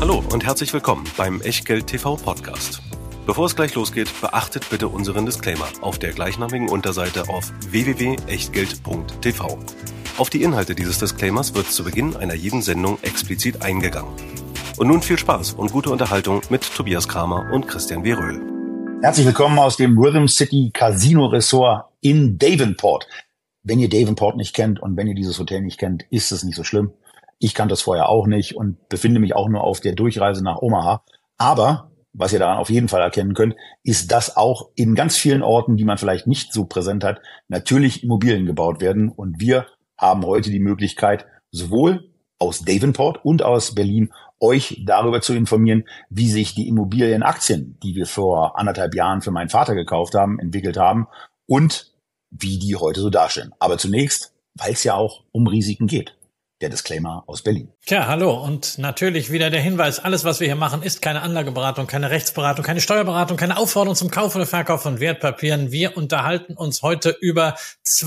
Hallo und herzlich willkommen beim Echtgeld TV Podcast. Bevor es gleich losgeht, beachtet bitte unseren Disclaimer auf der gleichnamigen Unterseite auf www.echtgeld.tv. Auf die Inhalte dieses Disclaimers wird zu Beginn einer jeden Sendung explizit eingegangen. Und nun viel Spaß und gute Unterhaltung mit Tobias Kramer und Christian W. Röhl. Herzlich willkommen aus dem Rhythm City Casino Resort in Davenport. Wenn ihr Davenport nicht kennt und wenn ihr dieses Hotel nicht kennt, ist es nicht so schlimm. Ich kannte das vorher auch nicht und befinde mich auch nur auf der Durchreise nach Omaha. Aber was ihr daran auf jeden Fall erkennen könnt, ist, dass auch in ganz vielen Orten, die man vielleicht nicht so präsent hat, natürlich Immobilien gebaut werden. Und wir haben heute die Möglichkeit, sowohl aus Davenport und aus Berlin euch darüber zu informieren, wie sich die Immobilienaktien, die wir vor 1,5 Jahren für meinen Vater gekauft haben, entwickelt haben und wie die heute so dastehen. Aber zunächst, weil es ja auch um Risiken geht. Der Disclaimer aus Berlin. Tja, hallo und natürlich wieder der Hinweis, alles was wir hier machen, ist keine Anlageberatung, keine Rechtsberatung, keine Steuerberatung, keine Aufforderung zum Kauf oder Verkauf von Wertpapieren. Wir unterhalten uns heute über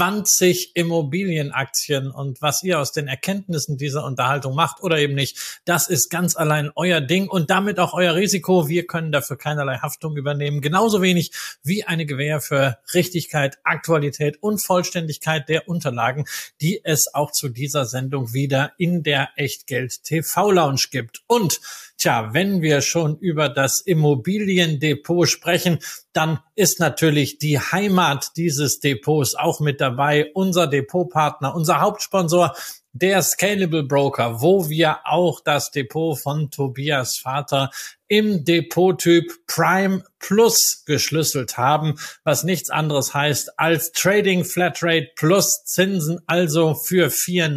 20 Immobilienaktien und was ihr aus den Erkenntnissen dieser Unterhaltung macht oder eben nicht, das ist ganz allein euer Ding und damit auch euer Risiko. Wir können dafür keinerlei Haftung übernehmen, genauso wenig wie eine Gewähr für Richtigkeit, Aktualität und Vollständigkeit der Unterlagen, die es auch zu dieser Sendung wieder in der Echtgeld TV Lounge gibt. Und tja, wenn wir schon über das Immobiliendepot sprechen, dann ist natürlich die Heimat dieses Depots auch mit dabei. Unser Depotpartner, unser Hauptsponsor, der Scalable Broker, wo wir auch das Depot von Tobias Vater im Depottyp Prime Plus geschlüsselt haben, was nichts anderes heißt als Trading Flatrate plus Zinsen, also für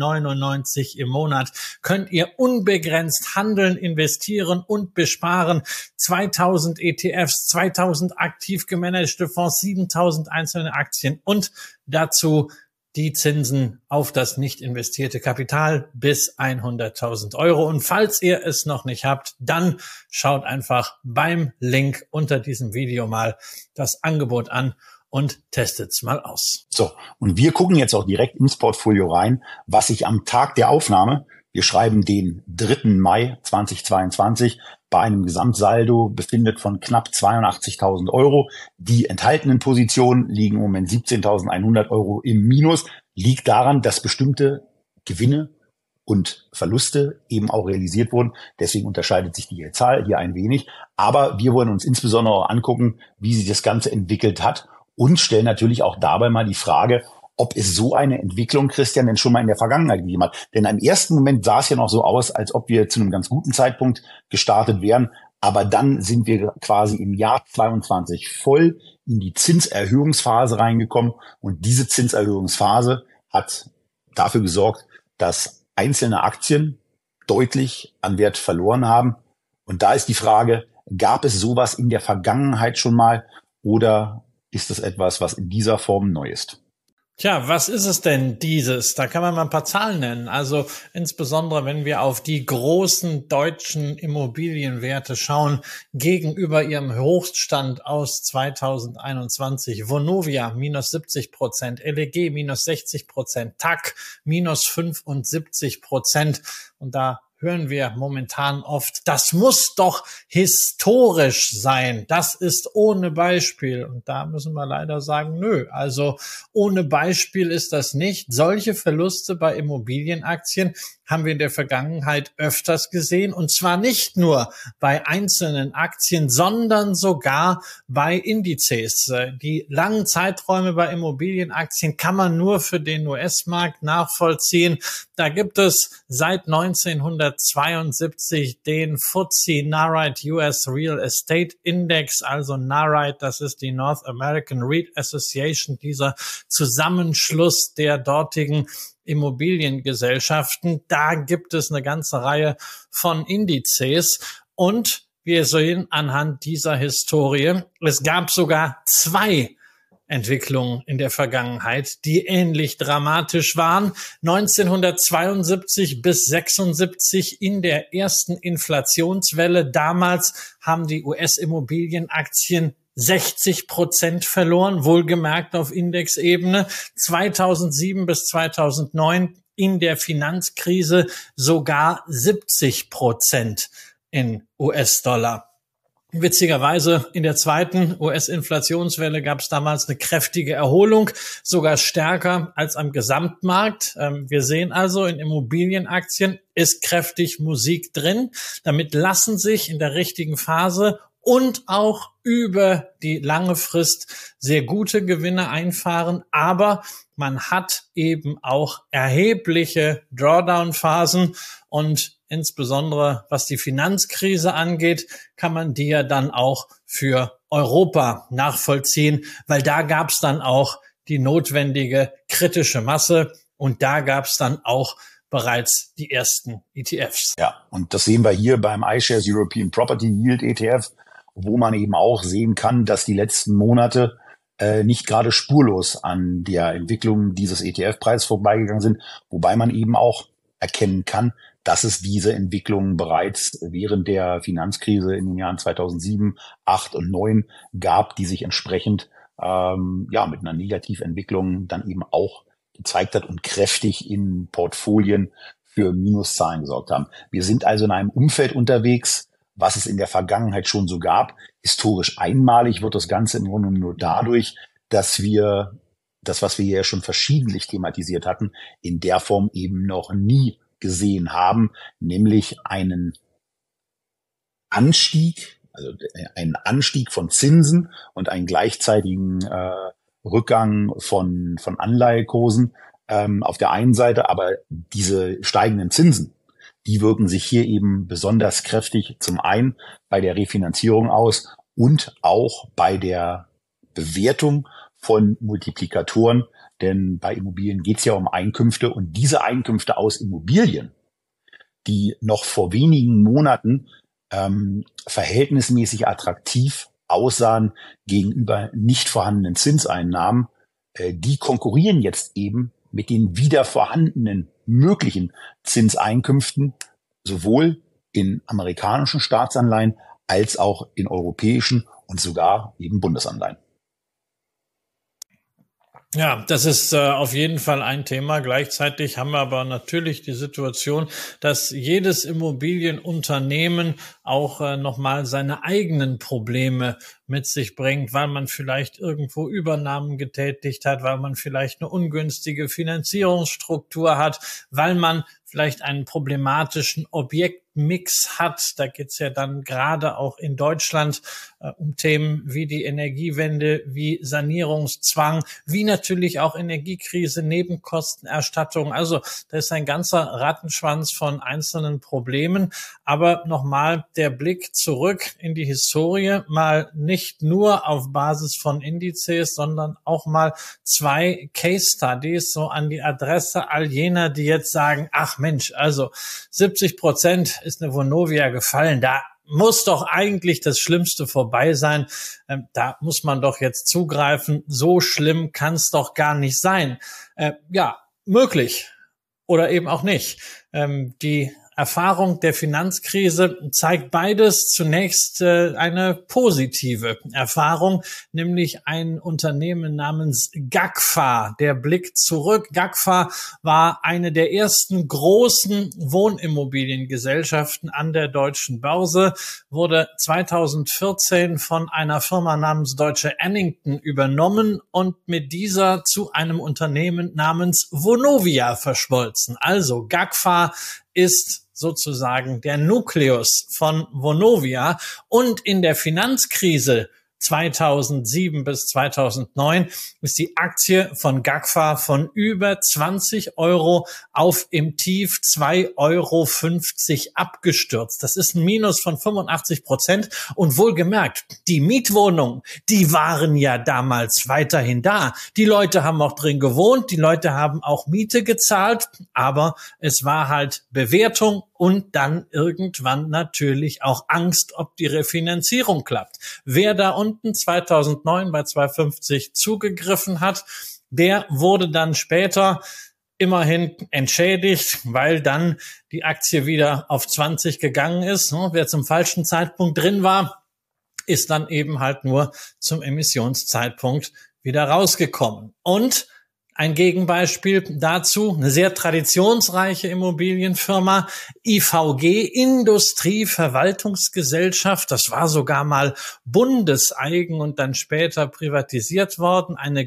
4,99 im Monat könnt ihr unbegrenzt handeln, investieren und besparen. 2000 ETFs, 2000 aktiv gemanagte Fonds, 7000 einzelne Aktien und dazu die Zinsen auf das nicht investierte Kapital bis 100.000 Euro. Und falls ihr es noch nicht habt, dann schaut einfach beim Link unter diesem Video mal das Angebot an und testet's mal aus. So, und wir gucken jetzt auch direkt ins Portfolio rein, was sich am Tag der Aufnahme, wir schreiben den 3. Mai 2022, bei einem Gesamtsaldo befindet von knapp 82.000 Euro. Die enthaltenen Positionen liegen im Moment 17.100 Euro im Minus. Liegt daran, dass bestimmte Gewinne und Verluste eben auch realisiert wurden. Deswegen unterscheidet sich die Zahl hier ein wenig. Aber wir wollen uns insbesondere auch angucken, wie sich das Ganze entwickelt hat und stellen natürlich auch dabei mal die Frage, ob es so eine Entwicklung, Christian, denn schon mal in der Vergangenheit gegeben hat. Denn im ersten Moment sah es ja noch so aus, als ob wir zu einem ganz guten Zeitpunkt gestartet wären. Aber dann sind wir quasi im Jahr 22 voll in die Zinserhöhungsphase reingekommen. Und diese Zinserhöhungsphase hat dafür gesorgt, dass einzelne Aktien deutlich an Wert verloren haben. Und da ist die Frage, gab es sowas in der Vergangenheit schon mal oder ist es etwas, was in dieser Form neu ist? Tja, was ist es denn dieses? Da kann man mal ein paar Zahlen nennen. Also insbesondere, wenn wir auf die großen deutschen Immobilienwerte schauen, gegenüber ihrem Hochstand aus 2021. Vonovia minus 70%, LEG minus 60%, TAC minus 75%. Und da hören wir momentan oft, das muss doch historisch sein. Das ist ohne Beispiel. Und da müssen wir leider sagen, nö. Also ohne Beispiel ist das nicht. Solche Verluste bei Immobilienaktien haben wir in der Vergangenheit öfters gesehen. Und zwar nicht nur bei einzelnen Aktien, sondern sogar bei Indizes. Die langen Zeiträume bei Immobilienaktien kann man nur für den US-Markt nachvollziehen. Da gibt es seit 1972 den FTSE Nareit US Real Estate Index, also Nareit, das ist die North American REIT Association, dieser Zusammenschluss der dortigen Immobiliengesellschaften. Da gibt es eine ganze Reihe von Indizes und wir sehen anhand dieser Historie, es gab sogar 2 Entwicklungen in der Vergangenheit, die ähnlich dramatisch waren. 1972 bis 76 in der ersten Inflationswelle. Damals haben die US-Immobilienaktien 60% verloren, wohlgemerkt auf Indexebene. 2007 bis 2009 in der Finanzkrise sogar 70%. in US-Dollar. Witzigerweise in der zweiten US-Inflationswelle gab es damals eine kräftige Erholung, sogar stärker als am Gesamtmarkt. Wir sehen also, in Immobilienaktien ist kräftig Musik drin. Damit lassen sich in der richtigen Phase und auch über die lange Frist sehr gute Gewinne einfahren. Aber man hat eben auch erhebliche Drawdown-Phasen und insbesondere was die Finanzkrise angeht, kann man die ja dann auch für Europa nachvollziehen, weil da gab es dann auch die notwendige kritische Masse und da gab es dann auch bereits die ersten ETFs. Ja, und das sehen wir hier beim iShares European Property Yield ETF, wo man eben auch sehen kann, dass die letzten Monate nicht gerade spurlos an der Entwicklung dieses ETF-Preises vorbeigegangen sind, wobei man eben auch erkennen kann, dass es diese Entwicklungen bereits während der Finanzkrise in den Jahren 2007, 8 und 9 gab, die sich entsprechend mit einer Negativentwicklung dann eben auch gezeigt hat und kräftig in Portfolien für Minuszahlen gesorgt haben. Wir sind also in einem Umfeld unterwegs, was es in der Vergangenheit schon so gab. Historisch einmalig wird das Ganze im Grunde nur dadurch, dass wir das, was wir ja schon verschiedentlich thematisiert hatten, in der Form eben noch nie gesehen haben, nämlich einen Anstieg, also einen Anstieg von Zinsen und einen gleichzeitigen Rückgang von Anleihekursen auf der einen Seite, aber diese steigenden Zinsen, die wirken sich hier eben besonders kräftig zum einen bei der Refinanzierung aus und auch bei der Bewertung von Multiplikatoren, denn bei Immobilien geht es ja um Einkünfte und diese Einkünfte aus Immobilien, die noch vor wenigen Monaten verhältnismäßig attraktiv aussahen gegenüber nicht vorhandenen Zinseinnahmen, die konkurrieren jetzt eben mit den wieder vorhandenen möglichen Zinseinkünften, sowohl in amerikanischen Staatsanleihen als auch in europäischen und sogar eben Bundesanleihen. Ja, das ist auf jeden Fall ein Thema. Gleichzeitig haben wir aber natürlich die Situation, dass jedes Immobilienunternehmen auch nochmal seine eigenen Probleme mit sich bringt, weil man vielleicht irgendwo Übernahmen getätigt hat, weil man vielleicht eine ungünstige Finanzierungsstruktur hat, weil man vielleicht einen problematischen Objektmix hat. Da geht's ja dann gerade auch in Deutschland um Themen wie die Energiewende, wie Sanierungszwang, wie natürlich auch Energiekrise, Nebenkostenerstattung. Also da ist ein ganzer Rattenschwanz von einzelnen Problemen. Aber nochmal der Blick zurück in die Historie, mal nicht nur auf Basis von Indizes, sondern auch mal 2 Case Studies so an die Adresse all jener, die jetzt sagen, ach Mensch, also 70% ist eine Vonovia gefallen, da muss doch eigentlich das Schlimmste vorbei sein. Da muss man doch jetzt zugreifen. So schlimm kann es doch gar nicht sein. Ja, möglich oder eben auch nicht. Die Erfahrung der Finanzkrise zeigt beides. Zunächst eine positive Erfahrung, nämlich ein Unternehmen namens GAGFAH. Der Blick zurück. GAGFAH war eine der ersten großen Wohnimmobiliengesellschaften an der deutschen Börse, wurde 2014 von einer Firma namens Deutsche Annington übernommen und mit dieser zu einem Unternehmen namens Vonovia verschmolzen. Also GAGFAH ist sozusagen der Nukleus von Vonovia und in der Finanzkrise 2007 bis 2009 ist die Aktie von GAGFAH von über 20 € auf im Tief 2,50 € abgestürzt. Das ist ein Minus von 85%. Und wohlgemerkt, die Mietwohnungen, die waren ja damals weiterhin da. Die Leute haben auch drin gewohnt, die Leute haben auch Miete gezahlt, aber es war halt Bewertung und dann irgendwann natürlich auch Angst, ob die Refinanzierung klappt. Wer da unten 2009 bei 2,50 zugegriffen hat, der wurde dann später immerhin entschädigt, weil dann die Aktie wieder auf 20 gegangen ist. Wer zum falschen Zeitpunkt drin war, ist dann eben halt nur zum Emissionszeitpunkt wieder rausgekommen. Und ein Gegenbeispiel dazu, eine sehr traditionsreiche Immobilienfirma, IVG, Industrieverwaltungsgesellschaft. Das war sogar mal bundeseigen und dann später privatisiert worden. Eine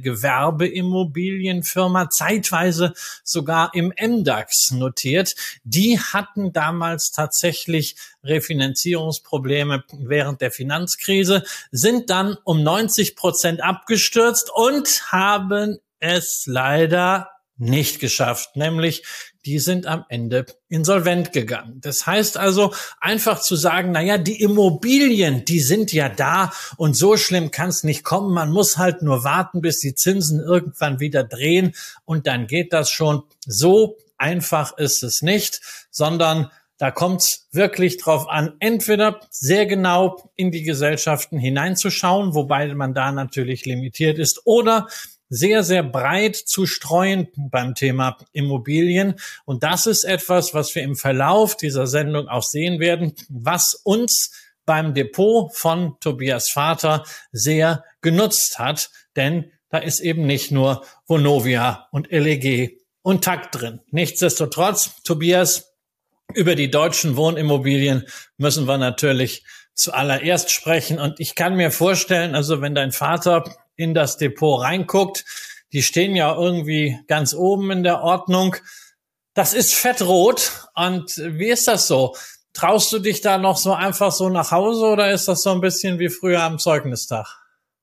Gewerbeimmobilienfirma, zeitweise sogar im MDAX notiert. Die hatten damals tatsächlich Refinanzierungsprobleme während der Finanzkrise, sind dann um 90% abgestürzt und haben es leider nicht geschafft, nämlich die sind am Ende insolvent gegangen. Das heißt also, einfach zu sagen, naja, die Immobilien, die sind ja da und so schlimm kann es nicht kommen. Man muss halt nur warten, bis die Zinsen irgendwann wieder drehen und dann geht das schon. So einfach ist es nicht, sondern da kommt es wirklich drauf an, entweder sehr genau in die Gesellschaften hineinzuschauen, wobei man da natürlich limitiert ist, oder sehr, sehr breit zu streuen beim Thema Immobilien. Und das ist etwas, was wir im Verlauf dieser Sendung auch sehen werden, was uns beim Depot von Tobias Vater sehr genutzt hat. Denn da ist eben nicht nur Vonovia und LEG und TAC drin. Nichtsdestotrotz, Tobias, über die deutschen Wohnimmobilien müssen wir natürlich zuallererst sprechen. Und ich kann mir vorstellen, also wenn dein Vater in das Depot reinguckt, die stehen ja irgendwie ganz oben in der Ordnung. Das ist fettrot. Und wie ist das so? Traust du dich da noch so einfach so nach Hause oder ist das so ein bisschen wie früher am Zeugnistag?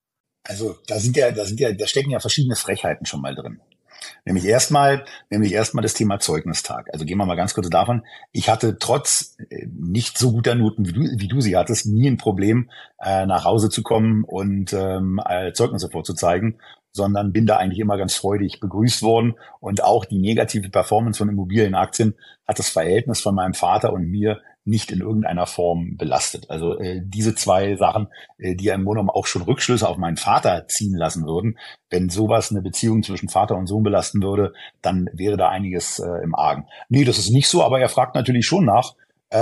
Also da stecken ja verschiedene Frechheiten schon mal drin. Nämlich erstmal das Thema Zeugnistag. Also gehen wir mal ganz kurz davon. Ich hatte trotz nicht so guter Noten, wie du sie hattest, nie ein Problem, nach Hause zu kommen und Zeugnisse vorzuzeigen, sondern bin da eigentlich immer ganz freudig begrüßt worden. Und auch die negative Performance von Immobilienaktien hat das Verhältnis von meinem Vater und mir nicht in irgendeiner Form belastet. Also diese zwei Sachen, die ja im Grunde genommen auch schon Rückschlüsse auf meinen Vater ziehen lassen würden. Wenn sowas eine Beziehung zwischen Vater und Sohn belasten würde, dann wäre da einiges im Argen. Nee, das ist nicht so, aber er fragt natürlich schon nach,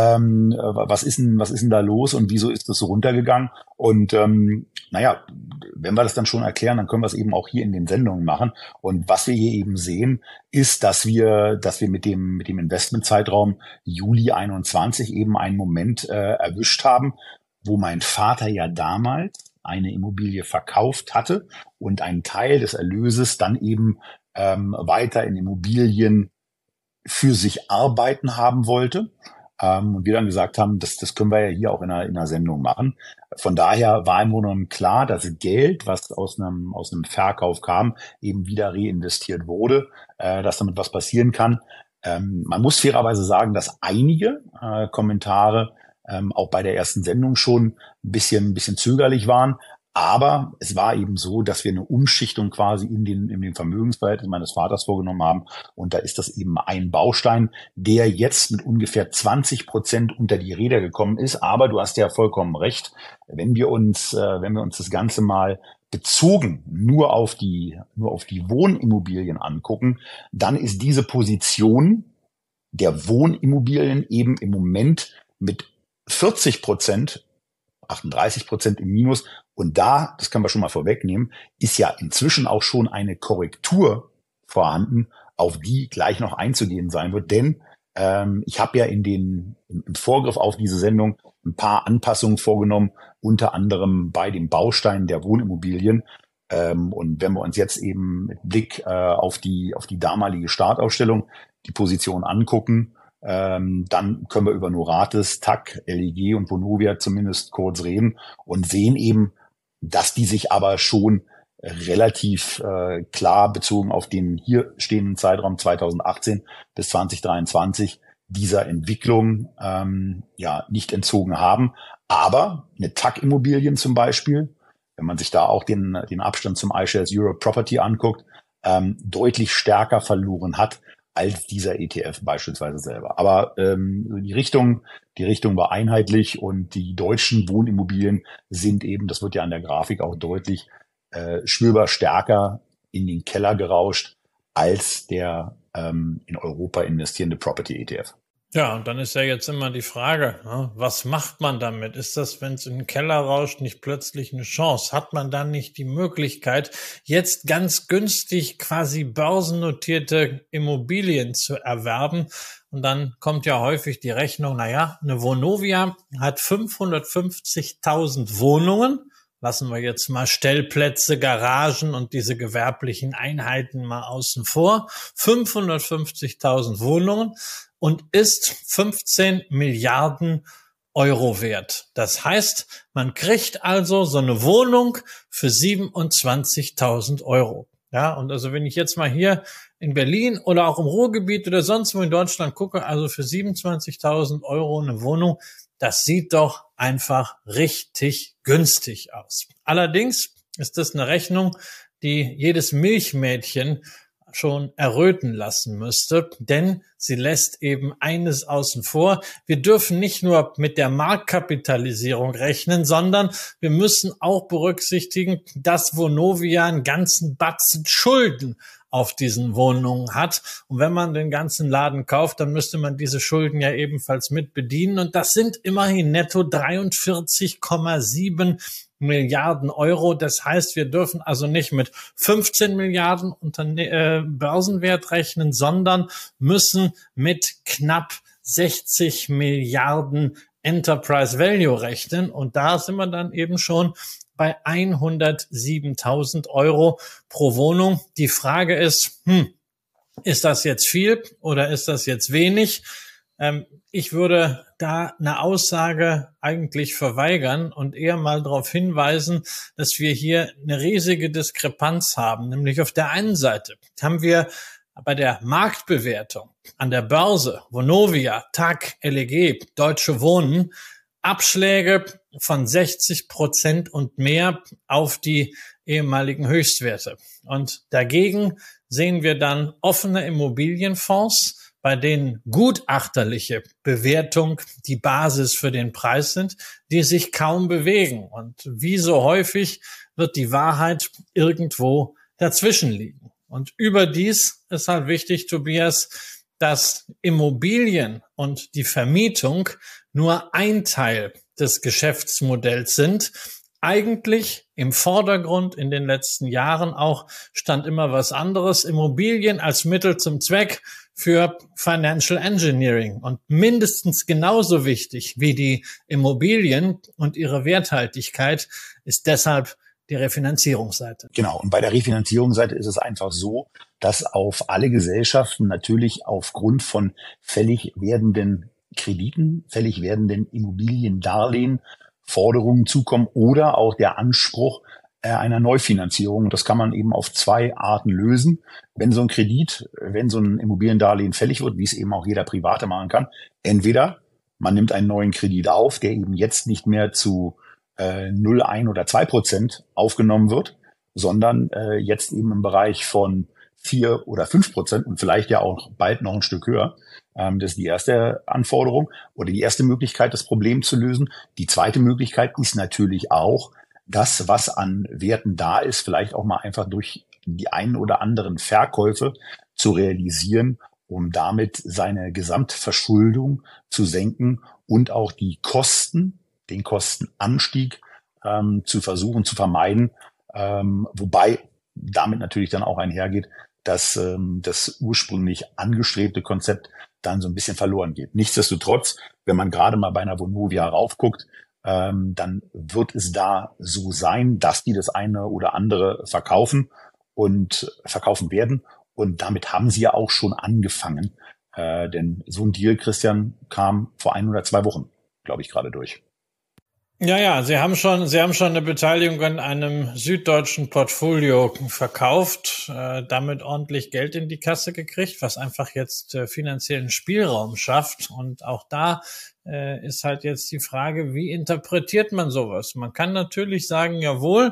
was ist denn da los und wieso ist das so runtergegangen? Und naja, wenn wir das dann schon erklären, dann können wir es eben auch hier in den Sendungen machen. Und was wir hier eben sehen, ist, dass wir mit dem Investmentzeitraum Juli 21 eben einen Moment erwischt haben, wo mein Vater ja damals eine Immobilie verkauft hatte und einen Teil des Erlöses dann eben weiter in Immobilien für sich arbeiten haben wollte. Und wir dann gesagt haben, das können wir ja hier auch in einer Sendung machen. Von daher war im Grunde genommen klar, dass Geld, was aus einem Verkauf kam, eben wieder reinvestiert wurde, dass damit was passieren kann. Man muss fairerweise sagen, dass einige Kommentare auch bei der ersten Sendung schon ein bisschen zögerlich waren. Aber es war eben so, dass wir eine Umschichtung quasi in dem Vermögensverhältnis meines Vaters vorgenommen haben. Und da ist das eben ein Baustein, der jetzt mit ungefähr 20% unter die Räder gekommen ist. Aber du hast ja vollkommen recht. Wenn wir uns das Ganze mal bezogen nur auf die Wohnimmobilien angucken, dann ist diese Position der Wohnimmobilien eben im Moment mit 40%, 38% im Minus. Und da, das können wir schon mal vorwegnehmen, ist ja inzwischen auch schon eine Korrektur vorhanden, auf die gleich noch einzugehen sein wird. Denn ich habe ja im Vorgriff auf diese Sendung ein paar Anpassungen vorgenommen, unter anderem bei dem Baustein der Wohnimmobilien. Und wenn wir uns jetzt eben mit Blick auf die damalige Startausstellung die Position angucken, dann können wir über Novartis, TAC, LEG und Vonovia zumindest kurz reden und sehen eben, dass die sich aber schon relativ klar bezogen auf den hier stehenden Zeitraum 2018 bis 2023 dieser Entwicklung nicht entzogen haben. Aber eine TAC-Immobilien zum Beispiel, wenn man sich da auch den Abstand zum iShares Europe Property anguckt, deutlich stärker verloren hat als dieser ETF beispielsweise selber. Aber die Richtung war einheitlich und die deutschen Wohnimmobilien sind eben, das wird ja an der Grafik auch deutlich, spürbar stärker in den Keller gerauscht als der in Europa investierende Property ETF. Ja, und dann ist ja jetzt immer die Frage, ne, was macht man damit? Ist das, wenn es in den Keller rauscht, nicht plötzlich eine Chance? Hat man dann nicht die Möglichkeit, jetzt ganz günstig quasi börsennotierte Immobilien zu erwerben? Und dann kommt ja häufig die Rechnung, naja, eine Vonovia hat 550.000 Wohnungen. Lassen wir jetzt mal Stellplätze, Garagen und diese gewerblichen Einheiten mal außen vor. 550.000 Wohnungen und ist 15 Milliarden Euro wert. Das heißt, man kriegt also so eine Wohnung für 27.000 Euro. Ja, und also wenn ich jetzt mal hier in Berlin oder auch im Ruhrgebiet oder sonst wo in Deutschland gucke, also für 27.000 Euro eine Wohnung, das sieht doch einfach richtig günstig aus. Allerdings ist das eine Rechnung, die jedes Milchmädchen schon erröten lassen müsste, denn sie lässt eben eines außen vor. Wir dürfen nicht nur mit der Marktkapitalisierung rechnen, sondern wir müssen auch berücksichtigen, dass Vonovia einen ganzen Batzen Schulden auf diesen Wohnungen hat. Und wenn man den ganzen Laden kauft, dann müsste man diese Schulden ja ebenfalls mit bedienen. Und das sind immerhin netto 43,7 Milliarden Euro. Das heißt, wir dürfen also nicht mit 15 Milliarden Börsenwert rechnen, sondern müssen mit knapp 60 Milliarden Enterprise Value rechnen. Und da sind wir dann eben schon bei 107.000 Euro pro Wohnung. Die Frage ist, ist das jetzt viel oder ist das jetzt wenig? Ich würde da eine Aussage eigentlich verweigern und eher mal darauf hinweisen, dass wir hier eine riesige Diskrepanz haben. Nämlich auf der einen Seite haben wir bei der Marktbewertung an der Börse, Vonovia, TAG, LEG, Deutsche Wohnen, Abschläge von 60% und mehr auf die ehemaligen Höchstwerte. Und dagegen sehen wir dann offene Immobilienfonds, bei denen gutachterliche Bewertung die Basis für den Preis sind, die sich kaum bewegen. Und wie so häufig wird die Wahrheit irgendwo dazwischen liegen. Und überdies ist halt wichtig, Tobias, dass Immobilien und die Vermietung nur ein Teil des Geschäftsmodells sind. Eigentlich im Vordergrund in den letzten Jahren auch stand immer was anderes. Immobilien als Mittel zum Zweck für Financial Engineering. Und mindestens genauso wichtig wie die Immobilien und ihre Werthaltigkeit ist deshalb die Refinanzierungsseite. Genau. Und bei der Refinanzierungsseite ist es einfach so, dass auf alle Gesellschaften natürlich aufgrund von fällig werdenden Krediten, fällig werdenden Immobiliendarlehen Forderungen zukommen oder auch der Anspruch einer Neufinanzierung. Das kann man eben auf zwei Arten lösen. Wenn so ein Kredit, wenn so ein Immobiliendarlehen fällig wird, wie es eben auch jeder Private machen kann, entweder man nimmt einen neuen Kredit auf, der eben jetzt nicht mehr zu 0, 1 oder 2% aufgenommen wird, sondern jetzt eben im Bereich von 4 oder 5% und vielleicht ja auch bald noch ein Stück höher. Das ist die erste Anforderung oder die erste Möglichkeit, das Problem zu lösen. Die zweite Möglichkeit ist natürlich auch, das, was an Werten da ist, vielleicht auch mal einfach durch die einen oder anderen Verkäufe zu realisieren, um damit seine Gesamtverschuldung zu senken und auch die Kosten, den Kostenanstieg zu versuchen zu vermeiden, wobei damit natürlich dann auch einhergeht, dass das ursprünglich angestrebte Konzept dann so ein bisschen verloren geht. Nichtsdestotrotz, wenn man gerade mal bei einer Vonovia raufguckt, dann wird es da so sein, dass die das eine oder andere verkaufen und verkaufen werden. Und damit haben sie ja auch schon angefangen. Denn so ein Deal, Christian, kam vor 1 oder 2 Wochen, glaube ich, gerade durch. Ja, Sie haben schon eine Beteiligung an einem süddeutschen Portfolio verkauft, damit ordentlich Geld in die Kasse gekriegt, was einfach jetzt finanziellen Spielraum schafft. Und auch da ist halt jetzt die Frage, wie interpretiert man sowas? Man kann natürlich sagen, jawohl,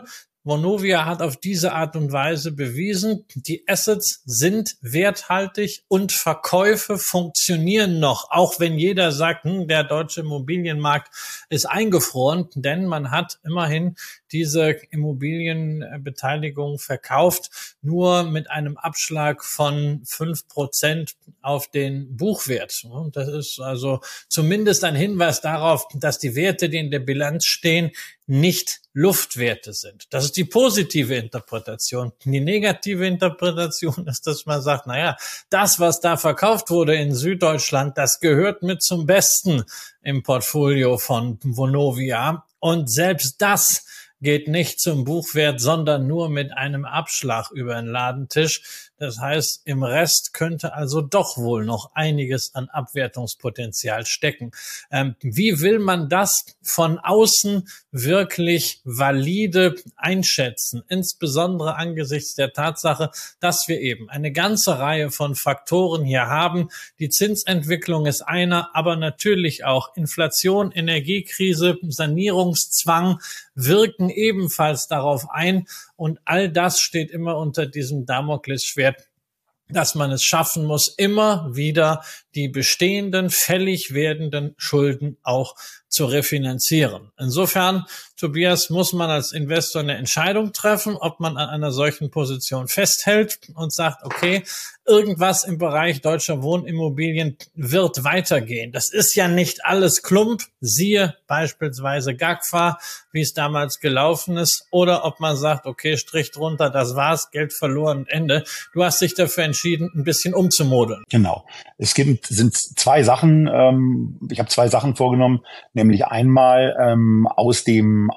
Vonovia hat auf diese Art und Weise bewiesen, die Assets sind werthaltig und Verkäufe funktionieren noch, auch wenn jeder sagt, der deutsche Immobilienmarkt ist eingefroren, denn man hat immerhin diese Immobilienbeteiligung verkauft, nur mit einem Abschlag von 5% auf den Buchwert. Und das ist also zumindest ein Hinweis darauf, dass die Werte, die in der Bilanz stehen, nicht Luftwerte sind. Das ist die positive Interpretation. Die negative Interpretation ist, dass man sagt, das, was da verkauft wurde in Süddeutschland, das gehört mit zum Besten im Portfolio von Vonovia. Und selbst das geht nicht zum Buchwert, sondern nur mit einem Abschlag über den Ladentisch. Das heißt, im Rest könnte also doch wohl noch einiges an Abwertungspotenzial stecken. Wie will man das von außen wirklich valide einschätzen? Insbesondere angesichts der Tatsache, dass wir eben eine ganze Reihe von Faktoren hier haben. Die Zinsentwicklung ist einer, aber natürlich auch Inflation, Energiekrise, Sanierungszwang wirken ebenfalls darauf ein. Und all das steht immer unter diesem Damoklesschwert, dass man es schaffen muss, immer wieder die bestehenden, fällig werdenden Schulden auch zu refinanzieren. Insofern, Tobias, muss man als Investor eine Entscheidung treffen, ob man an einer solchen Position festhält und sagt, okay, irgendwas im Bereich deutscher Wohnimmobilien wird weitergehen. Das ist ja nicht alles Klump, siehe beispielsweise GAGFAH, wie es damals gelaufen ist, oder ob man sagt, okay, Strich drunter, das war's, Geld verloren und Ende. Du hast dich dafür entschieden, ein bisschen umzumodeln. Genau. Sind zwei Sachen, ich habe zwei Sachen vorgenommen, nämlich einmal aus dem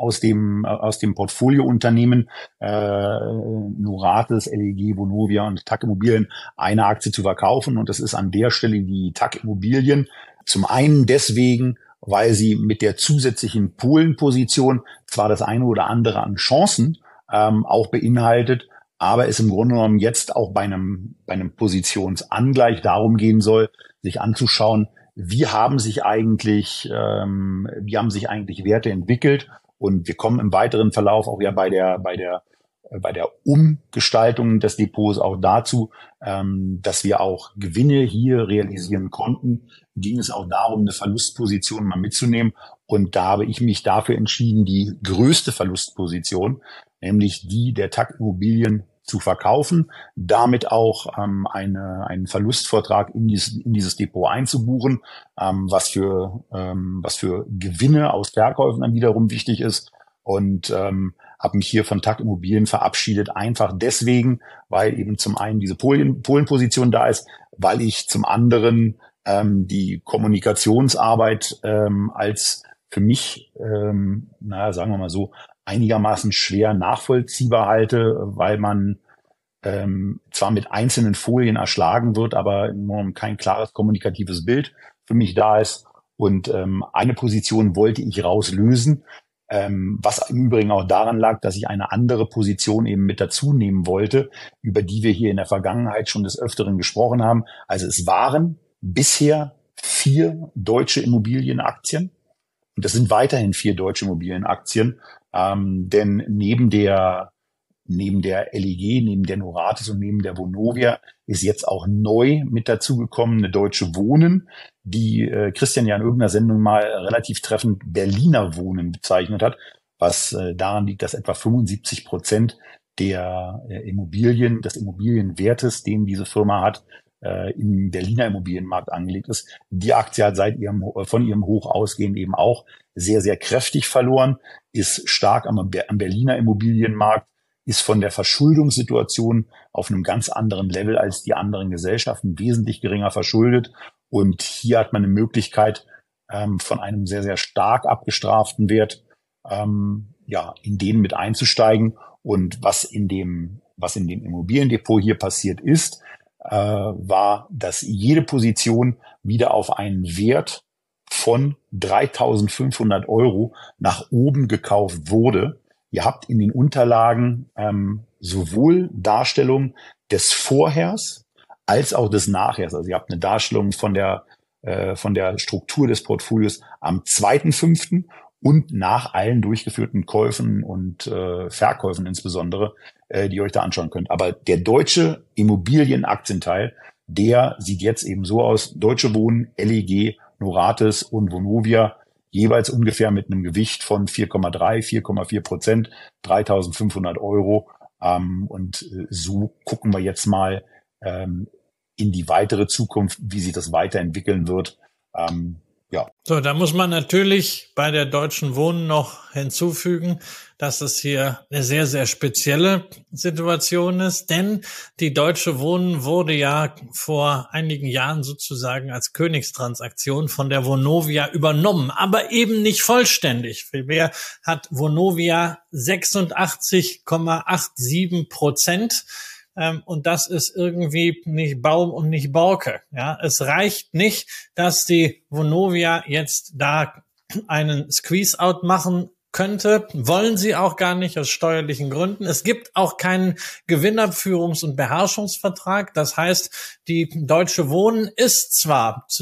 Portfoliounternehmen Norates, LEG, Vonovia und TAC Immobilien eine Aktie zu verkaufen, und das ist an der Stelle die TAC Immobilien. Zum einen deswegen, weil sie mit der zusätzlichen Polenposition zwar das eine oder andere an Chancen auch beinhaltet, aber es im Grunde genommen jetzt auch bei einem Positionsangleich darum gehen soll, sich anzuschauen, wie haben sich eigentlich Werte entwickelt. Und wir kommen im weiteren Verlauf auch ja bei der Umgestaltung des Depots auch dazu, dass wir auch Gewinne hier realisieren konnten. Ging es auch darum, eine Verlustposition mal mitzunehmen. Und da habe ich mich dafür entschieden, die größte Verlustposition, nämlich die der TAC Immobilien, zu verkaufen, damit auch einen Verlustvortrag in dieses Depot einzubuchen, was für Gewinne aus Verkäufen dann wiederum wichtig ist, und habe mich hier von TAC Immobilien verabschiedet, einfach deswegen, weil eben zum einen diese Polenposition da ist, weil ich zum anderen die Kommunikationsarbeit als für mich, sagen wir mal so, einigermaßen schwer nachvollziehbar halte, weil man zwar mit einzelnen Folien erschlagen wird, aber kein klares kommunikatives Bild für mich da ist. Und eine Position wollte ich rauslösen, was im Übrigen auch daran lag, dass ich eine andere Position eben mit dazu nehmen wollte, über die wir hier in der Vergangenheit schon des Öfteren gesprochen haben. Also es waren bisher 4 deutsche Immobilienaktien. Und das sind weiterhin 4 deutsche Immobilienaktien, denn neben der LEG, neben der Norates und neben der Vonovia ist jetzt auch neu mit dazugekommen eine Deutsche Wohnen, die Christian ja in irgendeiner Sendung mal relativ treffend Berliner Wohnen bezeichnet hat, was daran liegt, dass etwa 75% der Immobilien, des Immobilienwertes, den diese Firma hat, im Berliner Immobilienmarkt angelegt ist. Die Aktie hat von ihrem Hoch ausgehend eben auch sehr, sehr kräftig verloren, ist stark am Berliner Immobilienmarkt, ist von der Verschuldungssituation auf einem ganz anderen Level als die anderen Gesellschaften, wesentlich geringer verschuldet. Und hier hat man eine Möglichkeit, von einem sehr, sehr stark abgestraften Wert, in den mit einzusteigen. Und was in dem Immobiliendepot hier passiert ist, war, dass jede Position wieder auf einen Wert von 3.500 € nach oben gekauft wurde. Ihr habt in den Unterlagen sowohl Darstellung des Vorhers als auch des Nachhers. Also ihr habt eine Darstellung von der Struktur des Portfolios am 2.5. und nach allen durchgeführten Käufen und Verkäufen insbesondere, die ihr euch da anschauen könnt. Aber der deutsche Immobilienaktienteil, der sieht jetzt eben so aus: Deutsche Wohnen, LEG, Novartis und Vonovia, jeweils ungefähr mit einem Gewicht von 4,4%, 3.500 Euro. Und so gucken wir jetzt mal in die weitere Zukunft, wie sich das weiterentwickeln wird. Ja. So, da muss man natürlich bei der Deutschen Wohnen noch hinzufügen, dass es hier eine sehr, sehr spezielle Situation ist, denn die Deutsche Wohnen wurde ja vor einigen Jahren sozusagen als Königstransaktion von der Vonovia übernommen, aber eben nicht vollständig. Vielmehr hat Vonovia 86,87%. Und das ist irgendwie nicht Baum und nicht Borke. Ja, es reicht nicht, dass die Vonovia jetzt da einen Squeeze-out machen könnte. Wollen sie auch gar nicht aus steuerlichen Gründen. Es gibt auch keinen Gewinnerführungs- und Beherrschungsvertrag. Das heißt, die Deutsche Wohnen ist zwar zu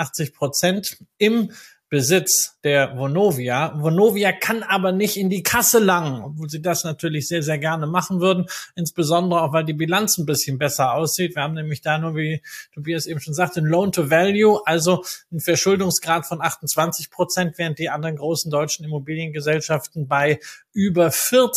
86% im Besitz der Vonovia. Vonovia kann aber nicht in die Kasse langen, obwohl sie das natürlich sehr, sehr gerne machen würden, insbesondere auch, weil die Bilanz ein bisschen besser aussieht. Wir haben nämlich da nur, wie Tobias eben schon sagte, ein Loan-to-Value, also einen Verschuldungsgrad von 28%, während die anderen großen deutschen Immobiliengesellschaften bei über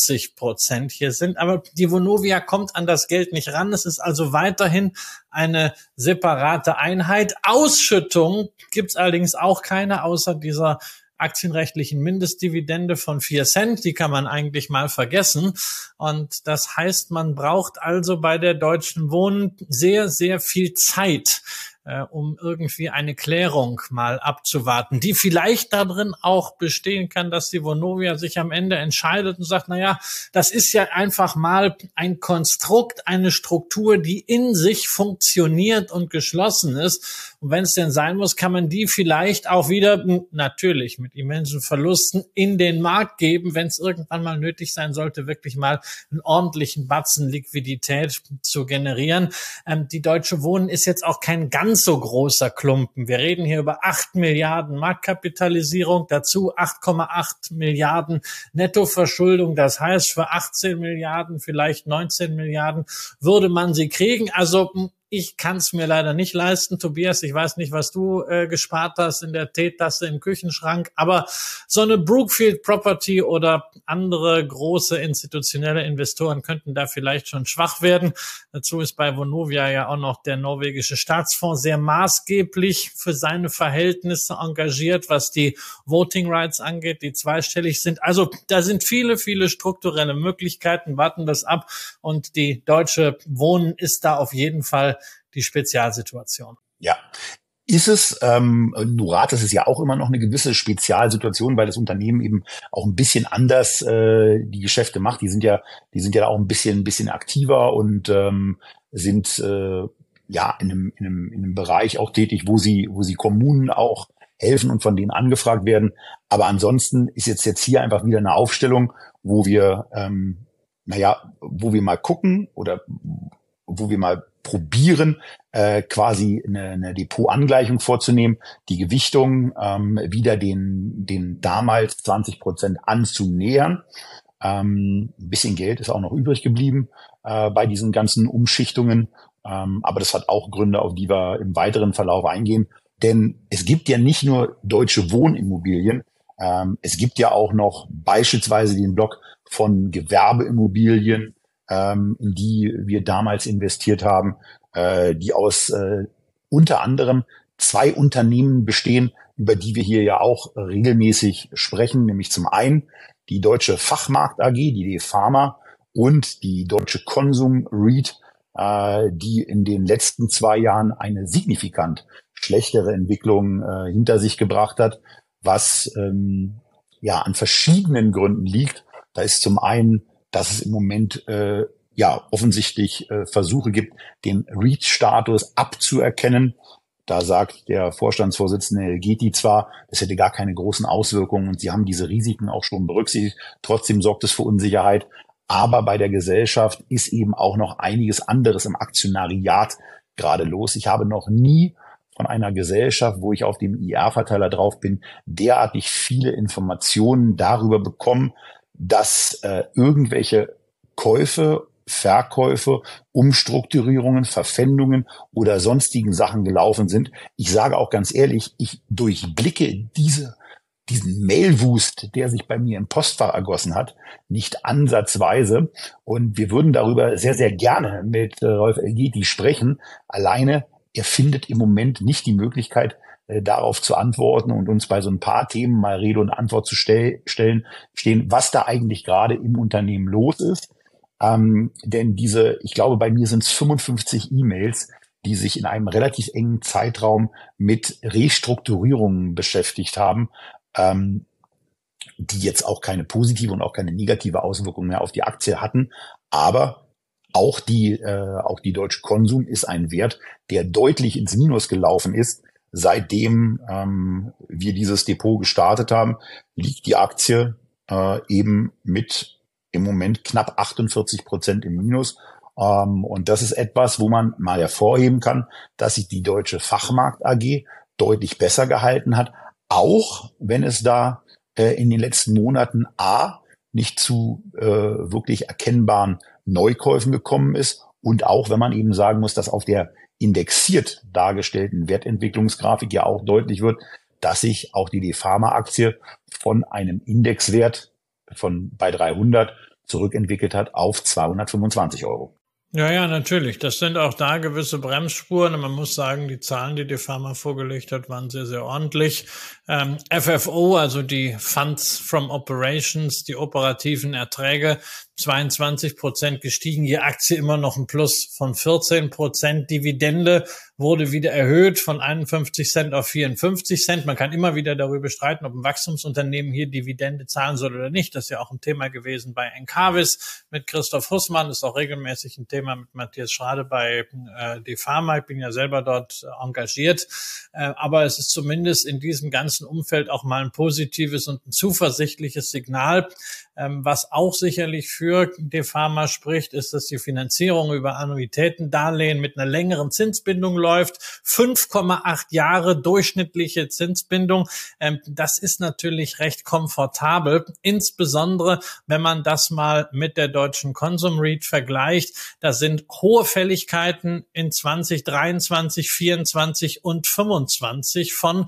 40% hier sind. Aber die Vonovia kommt an das Geld nicht ran. Es ist also weiterhin eine separate Einheit. Ausschüttung gibt's allerdings auch keine, außer dieser aktienrechtlichen Mindestdividende von 4 Cent. Die kann man eigentlich mal vergessen. Und das heißt, man braucht also bei der Deutschen Wohnen sehr, sehr viel Zeit, um irgendwie eine Klärung mal abzuwarten, die vielleicht darin auch bestehen kann, dass die Vonovia sich am Ende entscheidet und sagt, naja, das ist ja einfach mal ein Konstrukt, eine Struktur, die in sich funktioniert und geschlossen ist. Und wenn es denn sein muss, kann man die vielleicht auch wieder, natürlich mit immensen Verlusten, in den Markt geben, wenn es irgendwann mal nötig sein sollte, wirklich mal einen ordentlichen Batzen Liquidität zu generieren. Die Deutsche Wohnen ist jetzt auch kein ganz so großer Klumpen. Wir reden hier über 8 Milliarden Marktkapitalisierung, dazu 8,8 Milliarden Nettoverschuldung. Das heißt, für 18 Milliarden, vielleicht 19 Milliarden würde man sie kriegen. Also ich kann es mir leider nicht leisten, Tobias. Ich weiß nicht, was du gespart hast in der Teetasse im Küchenschrank, aber so eine Brookfield Property oder andere große institutionelle Investoren könnten da vielleicht schon schwach werden. Dazu ist bei Vonovia ja auch noch der norwegische Staatsfonds sehr maßgeblich für seine Verhältnisse engagiert, was die Voting Rights angeht, die zweistellig sind. Also da sind viele, viele strukturelle Möglichkeiten. Warten das ab. Und die Deutsche Wohnen ist da auf jeden Fall die Spezialsituation. Ja. Ist es, Novartis ist ja auch immer noch eine gewisse Spezialsituation, weil das Unternehmen eben auch ein bisschen anders die Geschäfte macht. Die sind ja auch ein bisschen aktiver und sind ja in einem Bereich auch tätig, wo sie Kommunen auch helfen und von denen angefragt werden. Aber ansonsten ist jetzt hier einfach wieder eine Aufstellung, wo wir wo wir mal gucken oder wo wir mal probieren, quasi eine Depotangleichung vorzunehmen, die Gewichtung wieder den damals 20% anzunähern. Ein bisschen Geld ist auch noch übrig geblieben bei diesen ganzen Umschichtungen, aber das hat auch Gründe, auf die wir im weiteren Verlauf eingehen. Denn es gibt ja nicht nur deutsche Wohnimmobilien, es gibt ja auch noch beispielsweise den Block von Gewerbeimmobilien, in die wir damals investiert haben, die aus unter anderem 2 Unternehmen bestehen, über die wir hier ja auch regelmäßig sprechen, nämlich zum einen die Deutsche Fachmarkt AG, die DEFAMA, und die Deutsche Konsum REIT, die in den letzten 2 Jahren eine signifikant schlechtere Entwicklung hinter sich gebracht hat, was an verschiedenen Gründen liegt. Da ist zum einen, dass es im Moment offensichtlich Versuche gibt, den REIT-Status abzuerkennen. Da sagt der Vorstandsvorsitzende Elgeti zwar, das hätte gar keine großen Auswirkungen und sie haben diese Risiken auch schon berücksichtigt. Trotzdem sorgt es für Unsicherheit. Aber bei der Gesellschaft ist eben auch noch einiges anderes im Aktionariat gerade los. Ich habe noch nie von einer Gesellschaft, wo ich auf dem IR-Verteiler drauf bin, derartig viele Informationen darüber bekommen, dass irgendwelche Käufe, Verkäufe, Umstrukturierungen, Verpfändungen oder sonstigen Sachen gelaufen sind. Ich sage auch ganz ehrlich, ich durchblicke diesen Mailwust, der sich bei mir im Postfach ergossen hat, nicht ansatzweise. Und wir würden darüber sehr, sehr gerne mit Rolf Elgeti sprechen. Alleine, er findet im Moment nicht die Möglichkeit, darauf zu antworten und uns bei so ein paar Themen mal Rede und Antwort zu stehen, was da eigentlich gerade im Unternehmen los ist. Denn ich glaube, bei mir sind es 55 E-Mails, die sich in einem relativ engen Zeitraum mit Restrukturierungen beschäftigt haben, die jetzt auch keine positive und auch keine negative Auswirkung mehr auf die Aktie hatten. Aber auch die Deutsche Konsum ist ein Wert, der deutlich ins Minus gelaufen ist. Seitdem wir dieses Depot gestartet haben, liegt die Aktie eben mit im Moment knapp 48% im Minus. Und das ist etwas, wo man mal hervorheben kann, dass sich die Deutsche Fachmarkt AG deutlich besser gehalten hat, auch wenn es da in den letzten Monaten nicht zu wirklich erkennbaren Neukäufen gekommen ist und auch wenn man eben sagen muss, dass auf der indexiert dargestellten Wertentwicklungsgrafik ja auch deutlich wird, dass sich auch die DEFAMA-Aktie von einem Indexwert bei 300 zurückentwickelt hat auf 225 €. Ja, natürlich. Das sind auch da gewisse Bremsspuren. Und man muss sagen, die Zahlen, die DEFAMA vorgelegt hat, waren sehr, sehr ordentlich. FFO, also die Funds from Operations, die operativen Erträge, 22% gestiegen, die Aktie immer noch ein Plus von 14%. Dividende wurde wieder erhöht von 51 Cent auf 54 Cent. Man kann immer wieder darüber streiten, ob ein Wachstumsunternehmen hier Dividende zahlen soll oder nicht. Das ist ja auch ein Thema gewesen bei Encavis mit Christoph Hussmann, ist auch regelmäßig ein Thema mit Matthias Schrade bei DEFAMA. Ich bin ja selber dort engagiert. Aber es ist zumindest in diesem ganzen Umfeld auch mal ein positives und ein zuversichtliches Signal. Was auch sicherlich für DEFAMA spricht, ist, dass die Finanzierung über Annuitätendarlehen mit einer längeren Zinsbindung läuft. 5,8 Jahre durchschnittliche Zinsbindung. Das ist natürlich recht komfortabel, insbesondere wenn man das mal mit der Deutschen Konsum REIT vergleicht. Da sind hohe Fälligkeiten in 2023, 24 und 25 von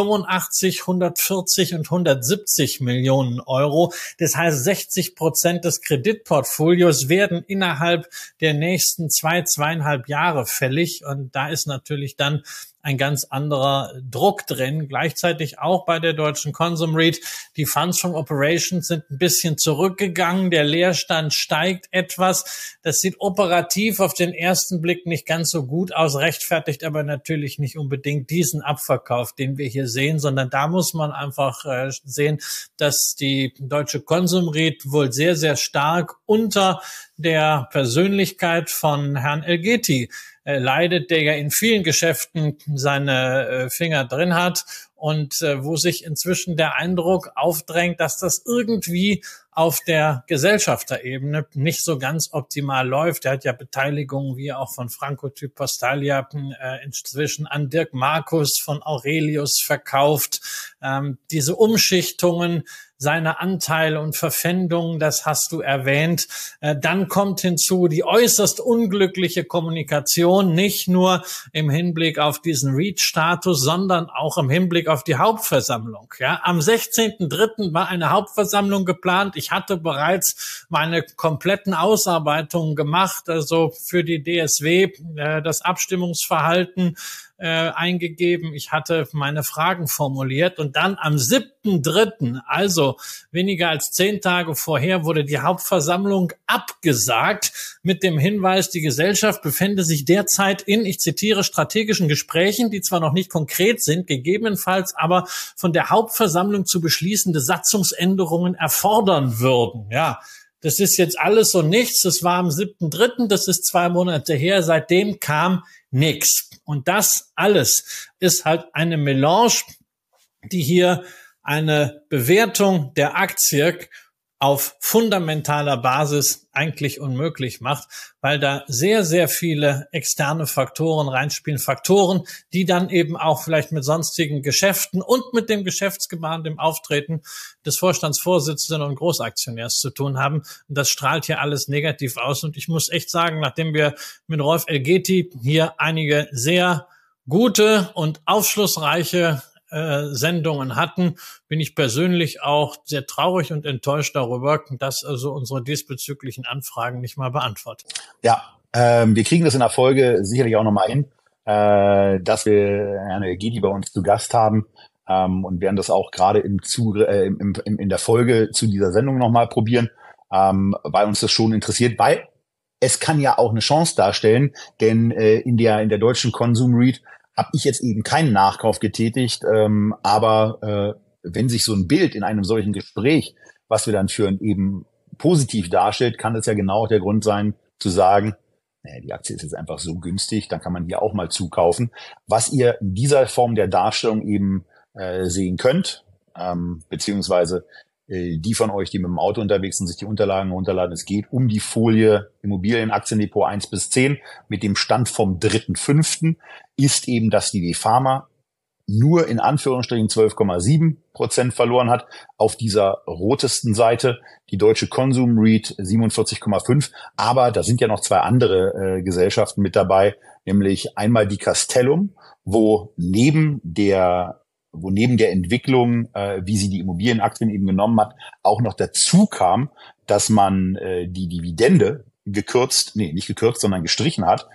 85, 140 und 170 Millionen Euro. Das heißt, 60% des Kreditportfolios werden innerhalb der nächsten 2,5 Jahre fällig. Und da ist natürlich dann ein ganz anderer Druck drin. Gleichzeitig auch bei der Deutschen Konsum REIT. Die Funds from Operations sind ein bisschen zurückgegangen. Der Leerstand steigt etwas. Das sieht operativ auf den ersten Blick nicht ganz so gut aus, rechtfertigt aber natürlich nicht unbedingt diesen Abverkauf, den wir hier sehen, sondern da muss man einfach sehen, dass die Deutsche Konsum REIT wohl sehr, sehr stark unter der Persönlichkeit von Herrn Elgeti leidet, der ja in vielen Geschäften seine Finger drin hat und wo sich inzwischen der Eindruck aufdrängt, dass das irgendwie auf der Gesellschafterebene nicht so ganz optimal läuft. Er hat ja Beteiligungen wie auch von Franco-Typ Postalia inzwischen an Dirk Markus von Aurelius verkauft. Diese Umschichtungen, seine Anteile und Verpfändungen, das hast du erwähnt. Dann kommt hinzu die äußerst unglückliche Kommunikation, nicht nur im Hinblick auf diesen REIT-Status, sondern auch im Hinblick auf die Hauptversammlung. Ja, am 16.03. war eine Hauptversammlung geplant. Ich hatte bereits meine kompletten Ausarbeitungen gemacht, also für die DSW, das Abstimmungsverhalten eingegeben. Ich hatte meine Fragen formuliert und dann am 7.3., also weniger als 10 Tage vorher, wurde die Hauptversammlung abgesagt mit dem Hinweis, die Gesellschaft befände sich derzeit in, ich zitiere, strategischen Gesprächen, die zwar noch nicht konkret sind, gegebenenfalls aber von der Hauptversammlung zu beschließende Satzungsänderungen erfordern würden. Ja, das ist jetzt alles so nichts. Das war am 7.3., das ist 2 Monate her. Seitdem kam nichts. Und das alles ist halt eine Melange, die hier eine Bewertung der Aktie auf fundamentaler Basis eigentlich unmöglich macht, weil da sehr, sehr viele externe Faktoren reinspielen. Faktoren, die dann eben auch vielleicht mit sonstigen Geschäften und mit dem Geschäftsgebaren, dem Auftreten des Vorstandsvorsitzenden und Großaktionärs zu tun haben. Und das strahlt hier alles negativ aus. Und ich muss echt sagen, nachdem wir mit Rolf Elgeti hier einige sehr gute und aufschlussreiche Sendungen hatten, bin ich persönlich auch sehr traurig und enttäuscht darüber, dass also unsere diesbezüglichen Anfragen nicht mal beantwortet. Ja, wir kriegen das in der Folge sicherlich auch nochmal hin, dass wir Herrn Elgeti bei uns zu Gast haben und werden das auch gerade in der Folge zu dieser Sendung nochmal probieren, weil uns das schon interessiert, weil es kann ja auch eine Chance darstellen, denn in der deutschen Consum REIT habe ich jetzt eben keinen Nachkauf getätigt, aber wenn sich so ein Bild in einem solchen Gespräch, was wir dann führen, eben positiv darstellt, kann das ja genau der Grund sein, zu sagen, die Aktie ist jetzt einfach so günstig, dann kann man hier auch mal zukaufen. Was ihr in dieser Form der Darstellung eben sehen könnt, beziehungsweise die von euch, die mit dem Auto unterwegs sind, sich die Unterlagen runterladen. Es geht um die Folie Immobilienaktiendepot 1 bis 10 mit dem Stand vom 3.5. ist eben, dass die DEFAMA nur in Anführungsstrichen 12,7% verloren hat. Auf dieser rotesten Seite die Deutsche Consum REIT 47,5. Aber da sind ja noch zwei andere Gesellschaften mit dabei, nämlich einmal die Castellum, wo neben der Entwicklung, wie sie die Immobilienaktien eben genommen hat, auch noch dazu kam, dass man die Dividende sondern gestrichen hat,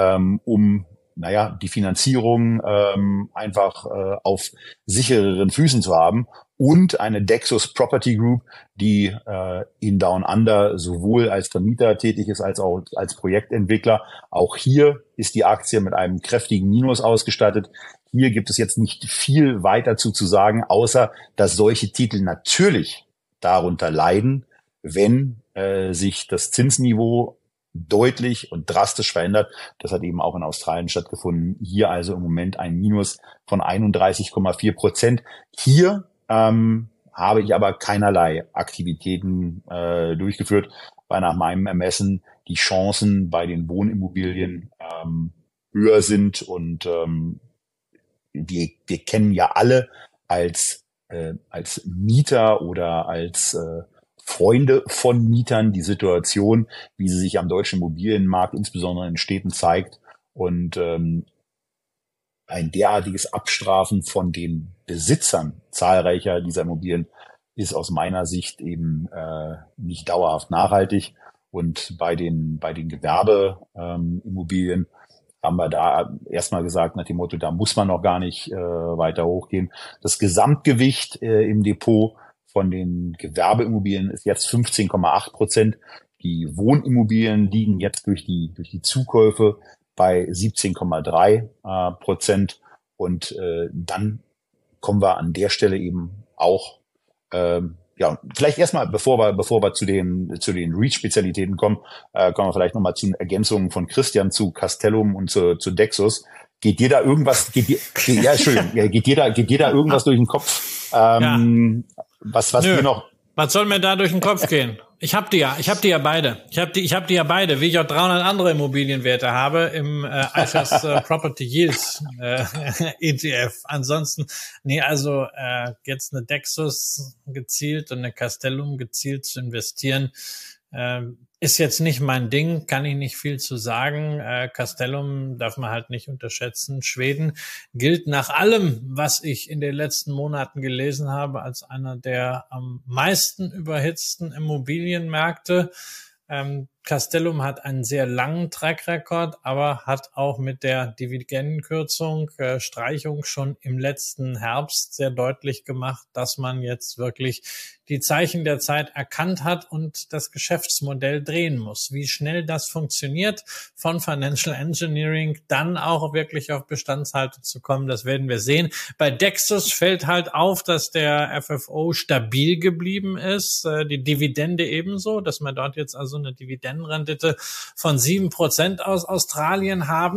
um die Finanzierung einfach auf sichereren Füßen zu haben. Und eine Dexus Property Group, die in Down Under sowohl als Vermieter tätig ist als auch als Projektentwickler. Auch hier ist die Aktie mit einem kräftigen Minus ausgestattet. Hier gibt es jetzt nicht viel weiter zu sagen, außer dass solche Titel natürlich darunter leiden, wenn sich das Zinsniveau deutlich und drastisch verändert. Das hat eben auch in Australien stattgefunden. Hier also im Moment ein Minus von 31,4%. Hier habe ich aber keinerlei Aktivitäten durchgeführt, weil nach meinem Ermessen die Chancen bei den Wohnimmobilien höher sind und wir kennen ja alle als Mieter oder als Freunde von Mietern die Situation, wie sie sich am deutschen Immobilienmarkt, insbesondere in Städten, zeigt. Und ein derartiges Abstrafen von den Besitzern zahlreicher dieser Immobilien ist aus meiner Sicht eben nicht dauerhaft nachhaltig. Und bei den Gewerbeimmobilien haben wir da erstmal gesagt, nach dem Motto, da muss man noch gar nicht weiter hochgehen. Das Gesamtgewicht im Depot von den Gewerbeimmobilien ist jetzt 15,8%. Die Wohnimmobilien liegen jetzt durch die Zukäufe bei 17,3%. Und dann kommen wir an der Stelle eben auch, vielleicht erstmal, bevor wir zu den REIT-Spezialitäten kommen wir vielleicht nochmal zu Ergänzungen von Christian zu Castellum und zu Dexus. Geht dir da irgendwas, geht dir da irgendwas durch den Kopf? Was dir noch? Was soll mir da durch den Kopf gehen? Ich hab die ja beide. Ich hab die ja beide, wie ich auch 300 andere Immobilienwerte habe im iShares Property Yields ETF. Ansonsten, jetzt eine Dexus gezielt und eine Castellum gezielt zu investieren, ist jetzt nicht mein Ding, kann ich nicht viel zu sagen. Castellum darf man halt nicht unterschätzen. Schweden gilt nach allem, was ich in den letzten Monaten gelesen habe, als einer der am meisten überhitzten Immobilienmärkte. Castellum hat einen sehr langen Track-Record, aber hat auch mit der Dividendenkürzung, Streichung schon im letzten Herbst sehr deutlich gemacht, dass man jetzt wirklich die Zeichen der Zeit erkannt hat und das Geschäftsmodell drehen muss. Wie schnell das funktioniert, von Financial Engineering dann auch wirklich auf Bestandshaltung zu kommen, das werden wir sehen. Bei Dexus fällt halt auf, dass der FFO stabil geblieben ist, die Dividende ebenso, dass wir dort jetzt also eine Dividendenrendite von 7% aus Australien haben.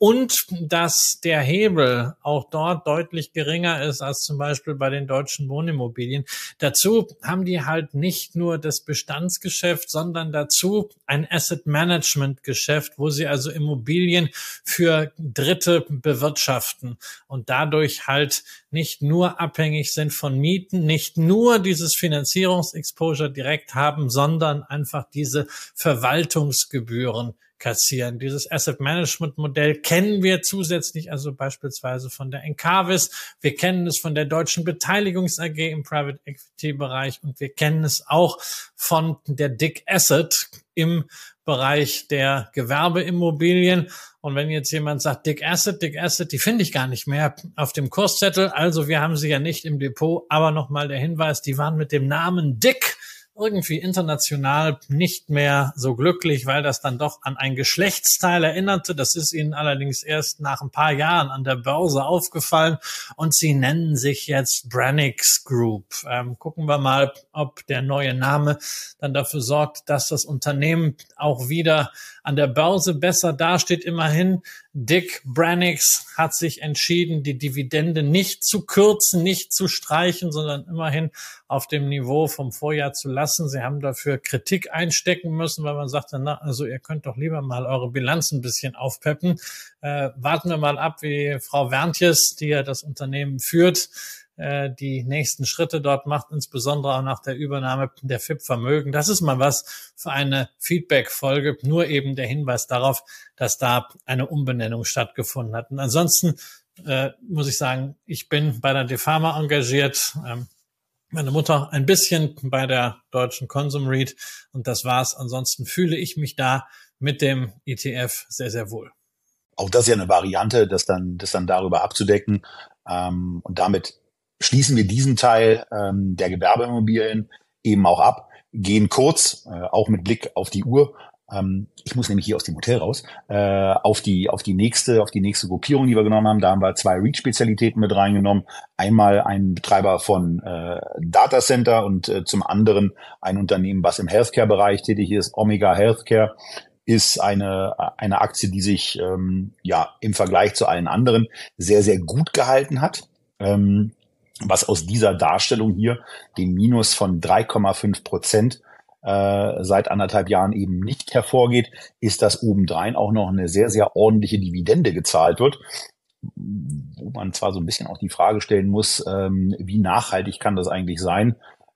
und dass der Hebel auch dort deutlich geringer ist als zum Beispiel bei den deutschen Wohnimmobilien. Dazu haben die halt nicht nur das Bestandsgeschäft, sondern dazu ein Asset-Management-Geschäft, wo sie also Immobilien für Dritte bewirtschaften und dadurch halt nicht nur abhängig sind von Mieten, nicht nur dieses Finanzierungsexposure direkt haben, sondern einfach diese Verwaltungsgebühren kassieren. Dieses Asset Management Modell kennen wir zusätzlich also beispielsweise von der Encavis. Wir kennen es von der Deutschen Beteiligungs AG im Private Equity Bereich und wir kennen es auch von der Dick Asset im Bereich der Gewerbeimmobilien. Und wenn jetzt jemand sagt, Dick Asset, die finde ich gar nicht mehr auf dem Kurszettel. Also wir haben sie ja nicht im Depot. Aber nochmal der Hinweis, die waren mit dem Namen Dick irgendwie international nicht mehr so glücklich, weil das dann doch an ein Geschlechtsteil erinnerte. Das ist ihnen allerdings erst nach ein paar Jahren an der Börse aufgefallen und sie nennen sich jetzt Branicks Group. Gucken wir mal, ob der neue Name dann dafür sorgt, dass das Unternehmen auch wieder an der Börse besser dasteht. Immerhin, Dick Branicks hat sich entschieden, die Dividende nicht zu kürzen, nicht zu streichen, sondern immerhin auf dem Niveau vom Vorjahr zu lassen. Sie haben dafür Kritik einstecken müssen, weil man sagte, na, also ihr könnt doch lieber mal eure Bilanz ein bisschen aufpeppen. Warten wir mal ab, wie Frau Werntjes, die ja das Unternehmen führt, die nächsten Schritte dort macht, insbesondere auch nach der Übernahme der FIP Vermögen. Das ist mal was für eine Feedback-Folge, nur eben der Hinweis darauf, dass da eine Umbenennung stattgefunden hat. Und ansonsten muss ich sagen, ich bin bei der DEFAMA engagiert, meine Mutter ein bisschen bei der Deutschen Consum REIT und das war's. Ansonsten fühle ich mich da mit dem ETF sehr, sehr wohl. Auch das ist ja eine Variante, das dann darüber abzudecken, und damit schließen wir diesen Teil der Gewerbeimmobilien eben auch ab, gehen kurz, auch mit Blick auf die Uhr, ich muss nämlich hier aus dem Hotel raus, auf die nächste Gruppierung, die wir genommen haben. Da haben wir 2 REIT-Spezialitäten mit reingenommen. Einmal ein Betreiber von Datacenter und zum anderen ein Unternehmen, was im Healthcare-Bereich tätig ist. Omega Healthcare ist eine Aktie, die sich im Vergleich zu allen anderen sehr, sehr gut gehalten hat. Was aus dieser Darstellung hier, dem Minus von 3,5% seit 1,5 Jahren eben nicht hervorgeht, ist, dass obendrein auch noch eine sehr, sehr ordentliche Dividende gezahlt wird, wo man zwar so ein bisschen auch die Frage stellen muss, wie nachhaltig kann das eigentlich sein,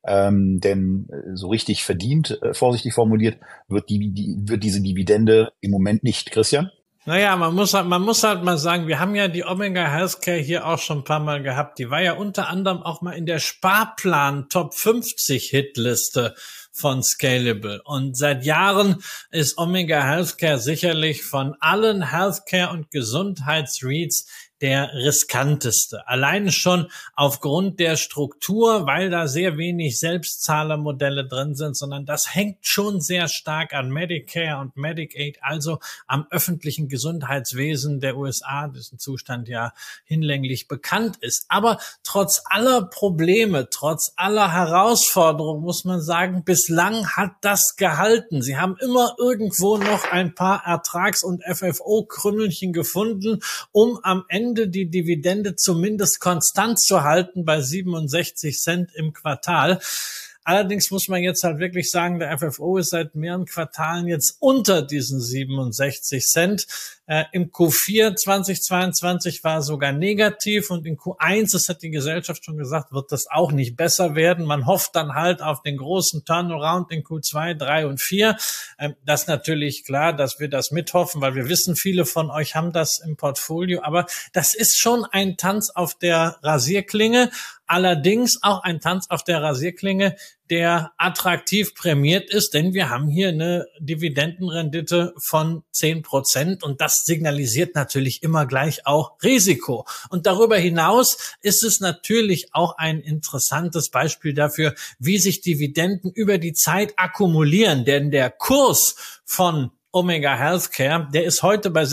denn so richtig verdient, vorsichtig formuliert, wird diese Dividende im Moment nicht, Christian? Naja, man muss halt mal sagen, wir haben ja die Omega Healthcare hier auch schon ein paar Mal gehabt. Die war ja unter anderem auch mal in der Sparplan Top 50 Hitliste von Scalable. Und seit Jahren ist Omega Healthcare sicherlich von allen Healthcare- und Gesundheits-REITs der riskanteste. Allein schon aufgrund der Struktur, weil da sehr wenig Selbstzahlermodelle drin sind, sondern das hängt schon sehr stark an Medicare und Medicaid, also am öffentlichen Gesundheitswesen der USA, dessen Zustand ja hinlänglich bekannt ist. Aber trotz aller Probleme, trotz aller Herausforderungen muss man sagen, bislang hat das gehalten. Sie haben immer irgendwo noch ein paar Ertrags- und FFO-Krümmelchen gefunden, um am Ende die Dividende zumindest konstant zu halten bei 67 Cent im Quartal. Allerdings muss man jetzt halt wirklich sagen, der FFO ist seit mehreren Quartalen jetzt unter diesen 67 Cent. Im Q4 2022 war sogar negativ und in Q1, das hat die Gesellschaft schon gesagt, wird das auch nicht besser werden. Man hofft dann halt auf den großen Turnaround in Q2, 3 und 4. Das ist natürlich klar, dass wir das mithoffen, weil wir wissen, viele von euch haben das im Portfolio. Aber das ist schon ein Tanz auf der Rasierklinge. Allerdings auch ein Tanz auf der Rasierklinge, der attraktiv prämiert ist, denn wir haben hier eine Dividendenrendite von 10% und das signalisiert natürlich immer gleich auch Risiko. Und darüber hinaus ist es natürlich auch ein interessantes Beispiel dafür, wie sich Dividenden über die Zeit akkumulieren, denn der Kurs von Omega Healthcare, der ist heute bei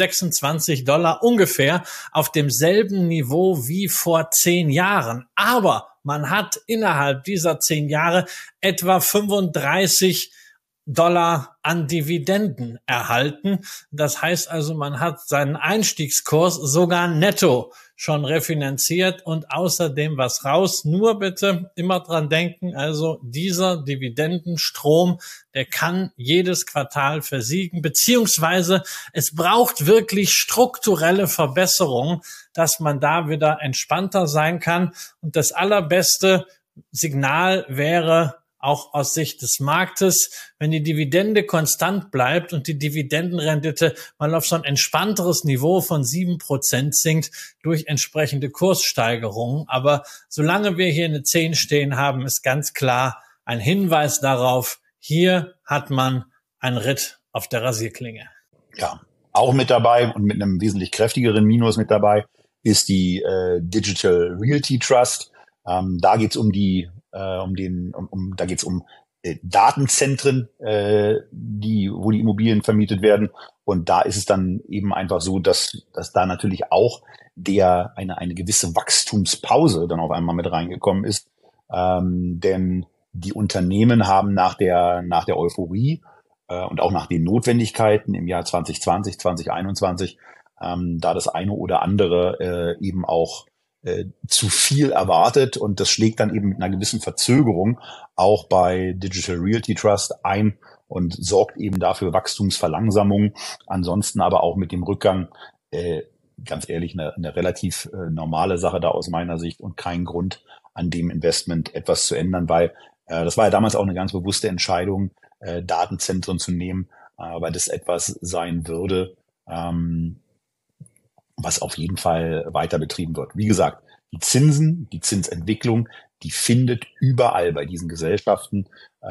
$26 ungefähr auf demselben Niveau wie vor 10 Jahren. Aber man hat innerhalb dieser 10 Jahre etwa 35 Dollar an Dividenden erhalten. Das heißt also, man hat seinen Einstiegskurs sogar netto schon refinanziert und außerdem was raus. Nur bitte immer dran denken, also dieser Dividendenstrom, der kann jedes Quartal versiegen, beziehungsweise es braucht wirklich strukturelle Verbesserungen, dass man da wieder entspannter sein kann. Und das allerbeste Signal wäre, auch aus Sicht des Marktes, wenn die Dividende konstant bleibt und die Dividendenrendite mal auf so ein entspannteres Niveau von 7% sinkt durch entsprechende Kurssteigerungen. Aber solange wir hier eine 10 stehen haben, ist ganz klar ein Hinweis darauf, hier hat man einen Ritt auf der Rasierklinge. Ja, auch mit dabei und mit einem wesentlich kräftigeren Minus mit dabei ist die Digital Realty Trust. Da geht's um Datenzentren, wo die Immobilien vermietet werden. Und da ist es dann eben einfach so, dass da natürlich auch eine gewisse Wachstumspause dann auf einmal mit reingekommen ist. Denn die Unternehmen haben nach der Euphorie und auch nach den Notwendigkeiten im Jahr 2020, 2021 da das eine oder andere eben auch zu viel erwartet, und das schlägt dann eben mit einer gewissen Verzögerung auch bei Digital Realty Trust ein und sorgt eben dafür Wachstumsverlangsamung. Ansonsten aber auch mit dem Rückgang, ganz ehrlich, eine relativ normale Sache da aus meiner Sicht und kein Grund, an dem Investment etwas zu ändern, weil das war ja damals auch eine ganz bewusste Entscheidung, Datenzentren zu nehmen, weil das etwas sein würde, was auf jeden Fall weiter betrieben wird. Wie gesagt, die Zinsentwicklung, die findet überall bei diesen Gesellschaften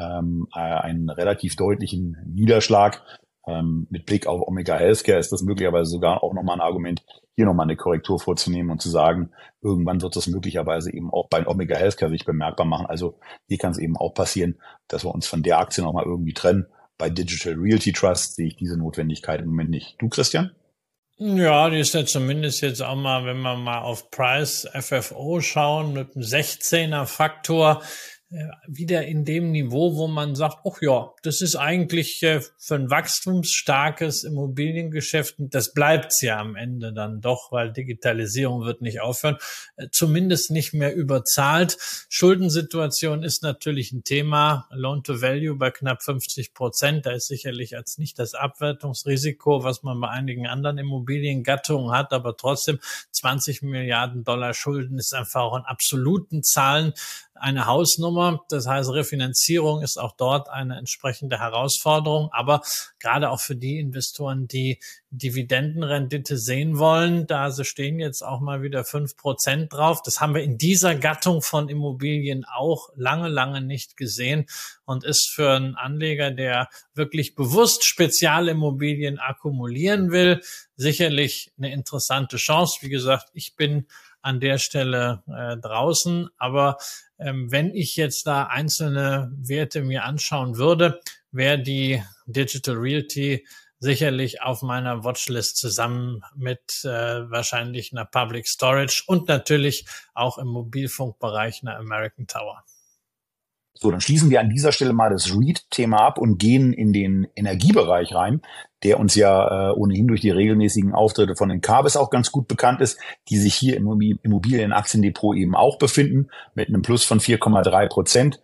einen relativ deutlichen Niederschlag. Mit Blick auf Omega Healthcare ist das möglicherweise sogar auch nochmal ein Argument, hier nochmal eine Korrektur vorzunehmen und zu sagen, irgendwann wird das möglicherweise eben auch bei Omega Healthcare sich bemerkbar machen. Also hier kann es eben auch passieren, dass wir uns von der Aktie nochmal irgendwie trennen. Bei Digital Realty Trust sehe ich diese Notwendigkeit im Moment nicht. Du, Christian? Ja, die ist ja zumindest jetzt auch mal, wenn wir mal auf Price FFO schauen, mit einem 16er Faktor, wieder in dem Niveau, wo man sagt, ach ja, das ist eigentlich für ein wachstumsstarkes Immobiliengeschäft, das bleibt's ja am Ende dann doch, weil Digitalisierung wird nicht aufhören, zumindest nicht mehr überzahlt. Schuldenssituation ist natürlich ein Thema, Loan to Value bei knapp 50%, da ist sicherlich als nicht das Abwertungsrisiko, was man bei einigen anderen Immobiliengattungen hat, aber trotzdem 20 Milliarden Dollar Schulden ist einfach auch in absoluten Zahlen eine Hausnummer. Das heißt, Refinanzierung ist auch dort eine entsprechende Herausforderung. Aber gerade auch für die Investoren, die Dividendenrendite sehen wollen, da stehen jetzt auch mal wieder 5% drauf. Das haben wir in dieser Gattung von Immobilien auch lange, lange nicht gesehen und ist für einen Anleger, der wirklich bewusst Spezialimmobilien akkumulieren will, sicherlich eine interessante Chance. Wie gesagt, ich bin an der Stelle draußen, aber wenn ich jetzt da einzelne Werte mir anschauen würde, wäre die Digital Realty sicherlich auf meiner Watchlist zusammen mit wahrscheinlich einer Public Storage und natürlich auch im Mobilfunkbereich einer American Tower. So, dann schließen wir an dieser Stelle mal das REIT-Thema ab und gehen in den Energiebereich rein, der uns ja ohnehin durch die regelmäßigen Auftritte von Encavis auch ganz gut bekannt ist, die sich hier im Immobilienaktiendepot eben auch befinden, mit einem Plus von 4,3%.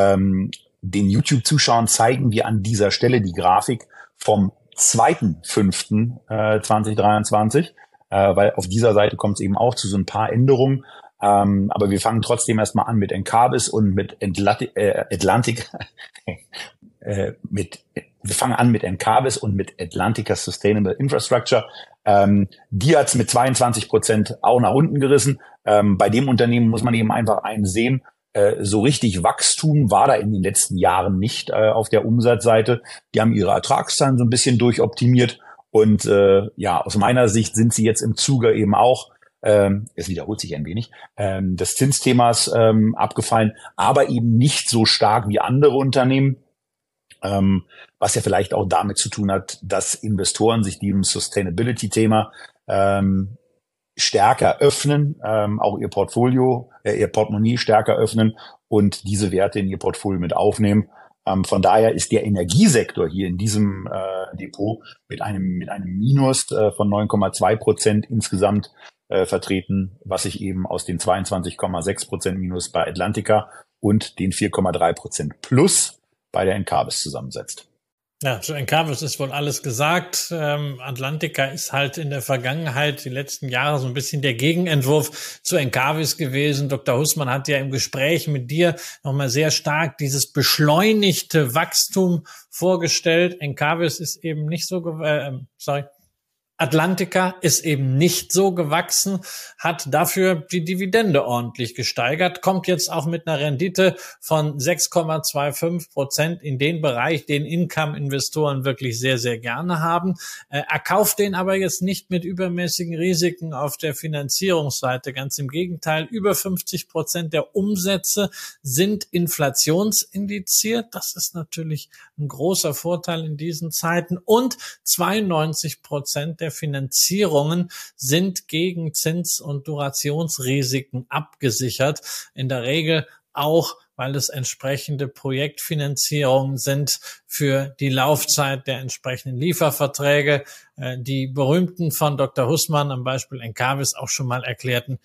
Den YouTube-Zuschauern zeigen wir an dieser Stelle die Grafik vom 2.5.2023, weil auf dieser Seite kommt es eben auch zu so ein paar Änderungen. Aber wir fangen trotzdem erstmal an mit Encavis und mit Atlantic. Wir fangen an mit Encavis und mit Atlantica Sustainable Infrastructure. Die hat's mit 22% auch nach unten gerissen. Bei dem Unternehmen muss man eben einfach eins sehen. So richtig Wachstum war da in den letzten Jahren nicht auf der Umsatzseite. Die haben ihre Ertragszahlen so ein bisschen durchoptimiert. Und aus meiner Sicht sind sie jetzt im Zuge eben auch, es wiederholt sich ein wenig, des Zinsthemas abgefallen, aber eben nicht so stark wie andere Unternehmen, was ja vielleicht auch damit zu tun hat, dass Investoren sich diesem Sustainability-Thema stärker öffnen, auch ihr Portemonnaie stärker öffnen und diese Werte in ihr Portfolio mit aufnehmen. Von daher ist der Energiesektor hier in diesem Depot mit einem Minus von 9,2% insgesamt vertreten, was sich eben aus den 22,6% Minus bei Atlantica und den 4,3% Plus bei der Encavis zusammensetzt. Ja, zu Encavis ist wohl alles gesagt. Atlantica ist halt in der Vergangenheit, die letzten Jahre, so ein bisschen der Gegenentwurf zu Encavis gewesen. Dr. Hussmann hat ja im Gespräch mit dir nochmal sehr stark dieses beschleunigte Wachstum vorgestellt. Encavis ist eben nicht so, Atlantica ist eben nicht so gewachsen, hat dafür die Dividende ordentlich gesteigert, kommt jetzt auch mit einer Rendite von 6,25% in den Bereich, den Income-Investoren wirklich sehr, sehr gerne haben. Er kauft den aber jetzt nicht mit übermäßigen Risiken auf der Finanzierungsseite. Ganz im Gegenteil, über 50% der Umsätze sind inflationsindiziert. Das ist natürlich ein großer Vorteil in diesen Zeiten. Und 92% der Finanzierungen sind gegen Zins- und Durationsrisiken abgesichert. In der Regel auch, weil es entsprechende Projektfinanzierungen sind für die Laufzeit der entsprechenden Lieferverträge. Die berühmten von Dr. Hussmann am Beispiel Encavis auch schon mal erklärten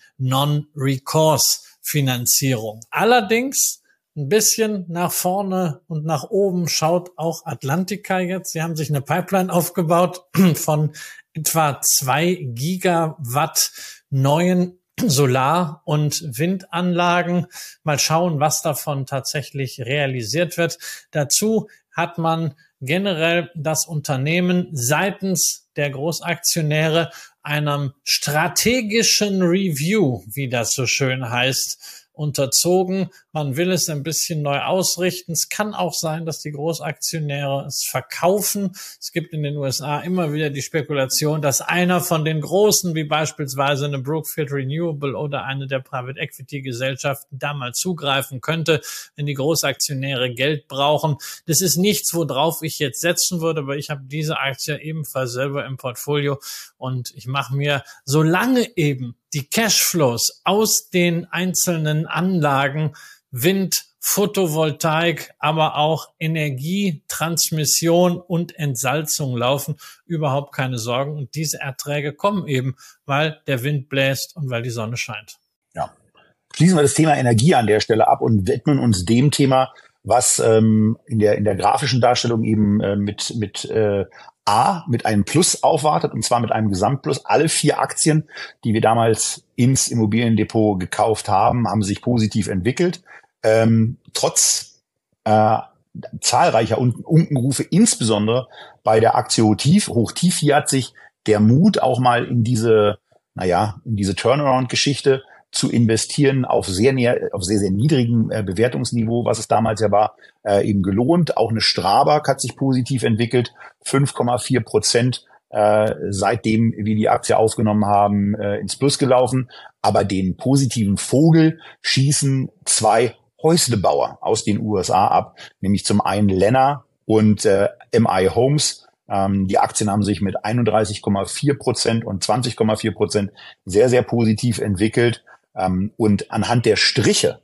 Non-Recourse-Finanzierung. Allerdings ein bisschen nach vorne und nach oben schaut auch Atlantica jetzt. Sie haben sich eine Pipeline aufgebaut von etwa 2 Gigawatt neuen Solar- und Windanlagen. Mal schauen, was davon tatsächlich realisiert wird. Dazu hat man generell das Unternehmen seitens der Großaktionäre einem strategischen Review, wie das so schön heißt, unterzogen. Man will es ein bisschen neu ausrichten. Es kann auch sein, dass die Großaktionäre es verkaufen. Es gibt in den USA immer wieder die Spekulation, dass einer von den Großen, wie beispielsweise eine Brookfield Renewable oder eine der Private Equity Gesellschaften, da mal zugreifen könnte, wenn die Großaktionäre Geld brauchen. Das ist nichts, worauf ich jetzt setzen würde, aber ich habe diese Aktie ebenfalls selber im Portfolio und ich mache mir, solange eben die Cashflows aus den einzelnen Anlagen, Wind, Photovoltaik, aber auch Energietransmission und Entsalzung laufen, überhaupt keine Sorgen. Und diese Erträge kommen eben, weil der Wind bläst und weil die Sonne scheint. Ja. Schließen wir das Thema Energie an der Stelle ab und widmen uns dem Thema, was in der grafischen Darstellung eben mit einem Plus aufwartet, und zwar mit einem Gesamtplus. Alle 4 Aktien, die wir damals ins Immobiliendepot gekauft haben, haben sich positiv entwickelt. Trotz zahlreicher Unkenrufe, insbesondere bei der Aktie Hochtief, hier hat sich der Mut auch mal in diese Turnaround-Geschichte zu investieren auf sehr, sehr niedrigem Bewertungsniveau, was es damals ja war, eben gelohnt. Auch eine Strabag hat sich positiv entwickelt, 5,4%, seitdem wir die Aktie aufgenommen haben, ins Plus gelaufen. Aber den positiven Vogel schießen 2 Häuslebauer aus den USA ab, nämlich zum einen Lennar und MI Homes. Die Aktien haben sich mit 31,4% und 20,4% sehr, sehr positiv entwickelt. Und anhand der Striche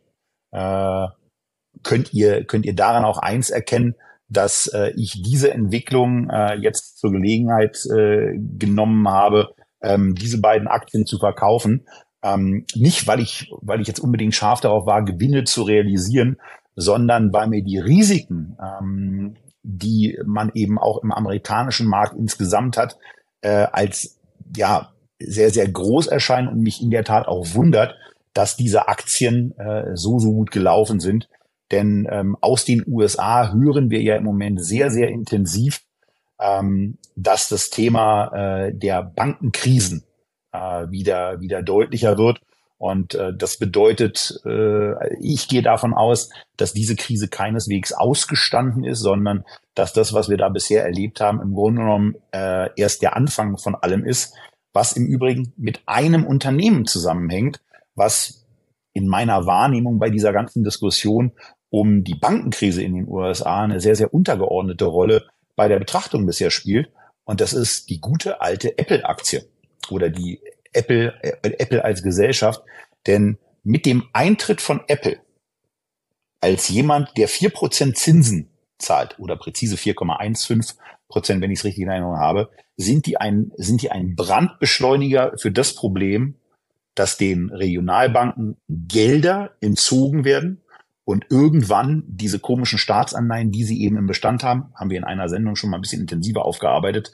könnt ihr daran auch eins erkennen, dass ich diese Entwicklung jetzt zur Gelegenheit genommen habe, diese beiden Aktien zu verkaufen. Nicht, weil ich jetzt unbedingt scharf darauf war, Gewinne zu realisieren, sondern weil mir die Risiken, die man eben auch im amerikanischen Markt insgesamt hat, als sehr, sehr groß erscheinen und mich in der Tat auch wundert, dass diese Aktien so gut gelaufen sind. Denn aus den USA hören wir ja im Moment sehr, sehr intensiv, dass das Thema der Bankenkrisen wieder deutlicher wird. Und das bedeutet, ich gehe davon aus, dass diese Krise keineswegs ausgestanden ist, sondern dass das, was wir da bisher erlebt haben, im Grunde genommen erst der Anfang von allem ist, was im Übrigen mit einem Unternehmen zusammenhängt, was in meiner Wahrnehmung bei dieser ganzen Diskussion um die Bankenkrise in den USA eine sehr, sehr untergeordnete Rolle bei der Betrachtung bisher spielt. Und das ist die gute alte Apple-Aktie oder die Apple als Gesellschaft. Denn mit dem Eintritt von Apple als jemand, der 4% Zinsen zahlt, oder präzise 4,15%, wenn ich es richtig in Erinnerung habe, sind die ein Brandbeschleuniger für das Problem, dass den Regionalbanken Gelder entzogen werden und irgendwann diese komischen Staatsanleihen, die sie eben im Bestand haben wir in einer Sendung schon mal ein bisschen intensiver aufgearbeitet,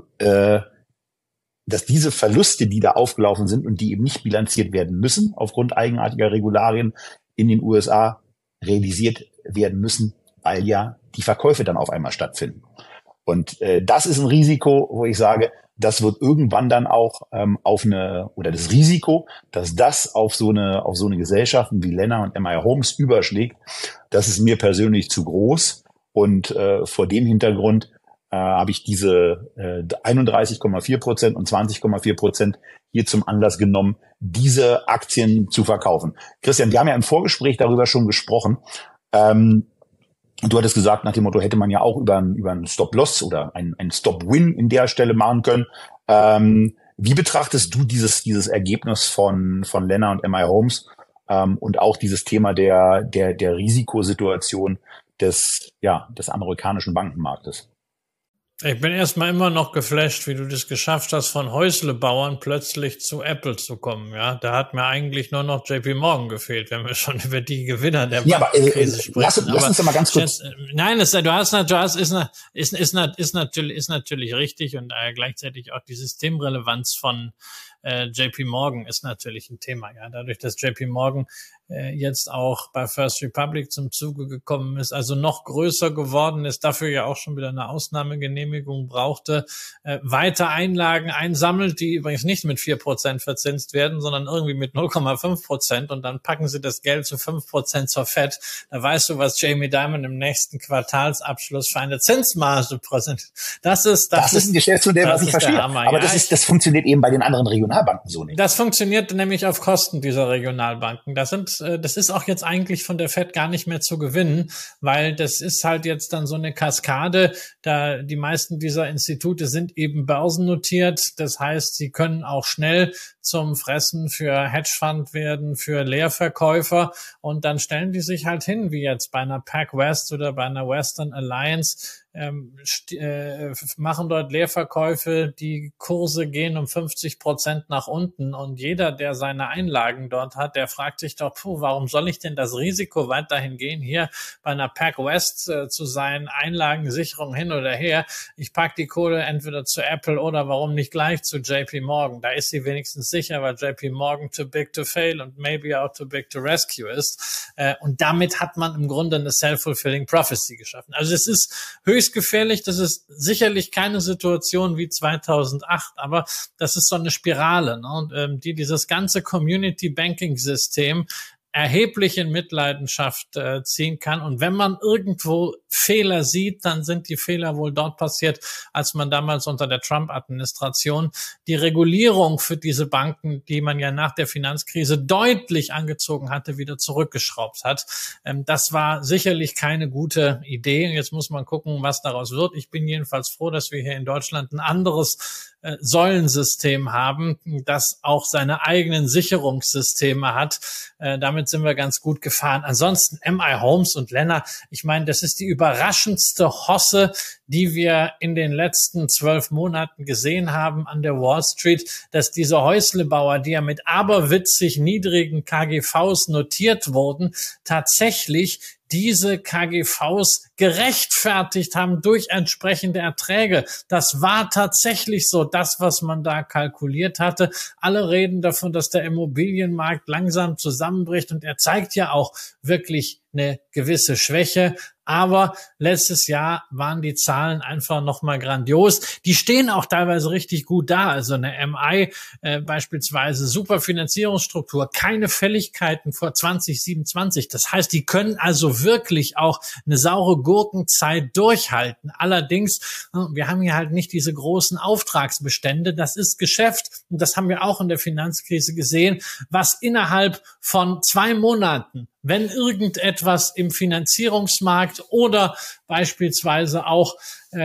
dass diese Verluste, die da aufgelaufen sind und die eben nicht bilanziert werden müssen, aufgrund eigenartiger Regularien in den USA, realisiert werden müssen, weil ja die Verkäufe dann auf einmal stattfinden. Und das ist ein Risiko, wo ich sage, das wird irgendwann dann auch das Risiko, dass das auf so eine Gesellschaften wie Lenner und M.I. Holmes überschlägt, das ist mir persönlich zu groß. Und vor dem Hintergrund habe ich diese 31,4% und 20,4% hier zum Anlass genommen, diese Aktien zu verkaufen. Christian, wir haben ja im Vorgespräch darüber schon gesprochen. Du hattest gesagt, nach dem Motto, hätte man ja auch über einen Stop-Loss oder einen Stop-Win in der Stelle machen können. Wie betrachtest du dieses Ergebnis von Lenner und M.I. Holmes und auch dieses Thema der Risikosituation des amerikanischen Bankenmarktes? Ich bin erstmal immer noch geflasht, wie du das geschafft hast, von Häuslebauern plötzlich zu Apple zu kommen. Ja, da hat mir eigentlich nur noch JP Morgan gefehlt, wenn wir schon über die Gewinner der Bankenkrise sprechen. Lass uns doch mal ganz kurz. Nein, ist natürlich richtig, und gleichzeitig auch die Systemrelevanz von JP Morgan ist natürlich ein Thema. Ja, dadurch, dass JP Morgan jetzt auch bei First Republic zum Zuge gekommen ist, also noch größer geworden ist, dafür ja auch schon wieder eine Ausnahmegenehmigung brauchte, weiter Einlagen einsammelt, die übrigens nicht mit 4% verzinst werden, sondern irgendwie mit 0,5%, und dann packen sie das Geld zu 5% zur Fed. Da weißt du, was Jamie Dimon im nächsten Quartalsabschluss für eine Zinsmarge präsentiert. Das ist ein Geschäftsmodell, was ich verstehe. Aber das funktioniert eben bei den anderen Regionalbanken so nicht. Das funktioniert nämlich auf Kosten dieser Regionalbanken. Das ist auch jetzt eigentlich von der Fed gar nicht mehr zu gewinnen, weil das ist halt jetzt dann so eine Kaskade. Da die meisten dieser Institute sind eben börsennotiert. Das heißt, sie können auch schnell zum Fressen für Hedgefund werden, für Leerverkäufer, und dann stellen die sich halt hin, wie jetzt bei einer PacWest oder bei einer Western Alliance, machen dort Leerverkäufe, die Kurse gehen um 50% nach unten, und jeder, der seine Einlagen dort hat, der fragt sich doch, warum soll ich denn das Risiko weiterhin gehen, hier bei einer PacWest zu sein, Einlagensicherung hin oder her, ich pack die Kohle entweder zu Apple oder warum nicht gleich zu JP Morgan, da ist sie wenigstens sicher, weil JP Morgan too big to fail und maybe auch too big to rescue ist, und damit hat man im Grunde eine self-fulfilling prophecy geschaffen. Also es ist höchst gefährlich. Das ist sicherlich keine Situation wie 2008, aber das ist so eine Spirale, ne? Und die dieses ganze Community-Banking-System erheblich in Mitleidenschaft ziehen kann. Und wenn man irgendwo Fehler sieht, dann sind die Fehler wohl dort passiert, als man damals unter der Trump-Administration die Regulierung für diese Banken, die man ja nach der Finanzkrise deutlich angezogen hatte, wieder zurückgeschraubt hat. Das war sicherlich keine gute Idee. Jetzt muss man gucken, was daraus wird. Ich bin jedenfalls froh, dass wir hier in Deutschland ein anderes Säulensystem haben, das auch seine eigenen Sicherungssysteme hat. Damit sind wir ganz gut gefahren. Ansonsten M.I. Holmes und Lenner, ich meine, das ist die überraschendste Hosse, die wir in den letzten 12 Monaten gesehen haben an der Wall Street, dass diese Häuslebauer, die ja mit aberwitzig niedrigen KGVs notiert wurden, tatsächlich diese KGVs gerechtfertigt haben durch entsprechende Erträge. Das war tatsächlich so, das, was man da kalkuliert hatte. Alle reden davon, dass der Immobilienmarkt langsam zusammenbricht, und er zeigt ja auch wirklich eine gewisse Schwäche. Aber letztes Jahr waren die Zahlen einfach nochmal grandios. Die stehen auch teilweise richtig gut da. Also eine MI beispielsweise, super Finanzierungsstruktur, keine Fälligkeiten vor 2027. Das heißt, die können also wirklich auch eine saure Gurkenzeit durchhalten. Allerdings, wir haben hier halt nicht diese großen Auftragsbestände. Das ist Geschäft, und das haben wir auch in der Finanzkrise gesehen, was innerhalb von 2 Monaten, wenn irgendetwas im Finanzierungsmarkt oder beispielsweise auch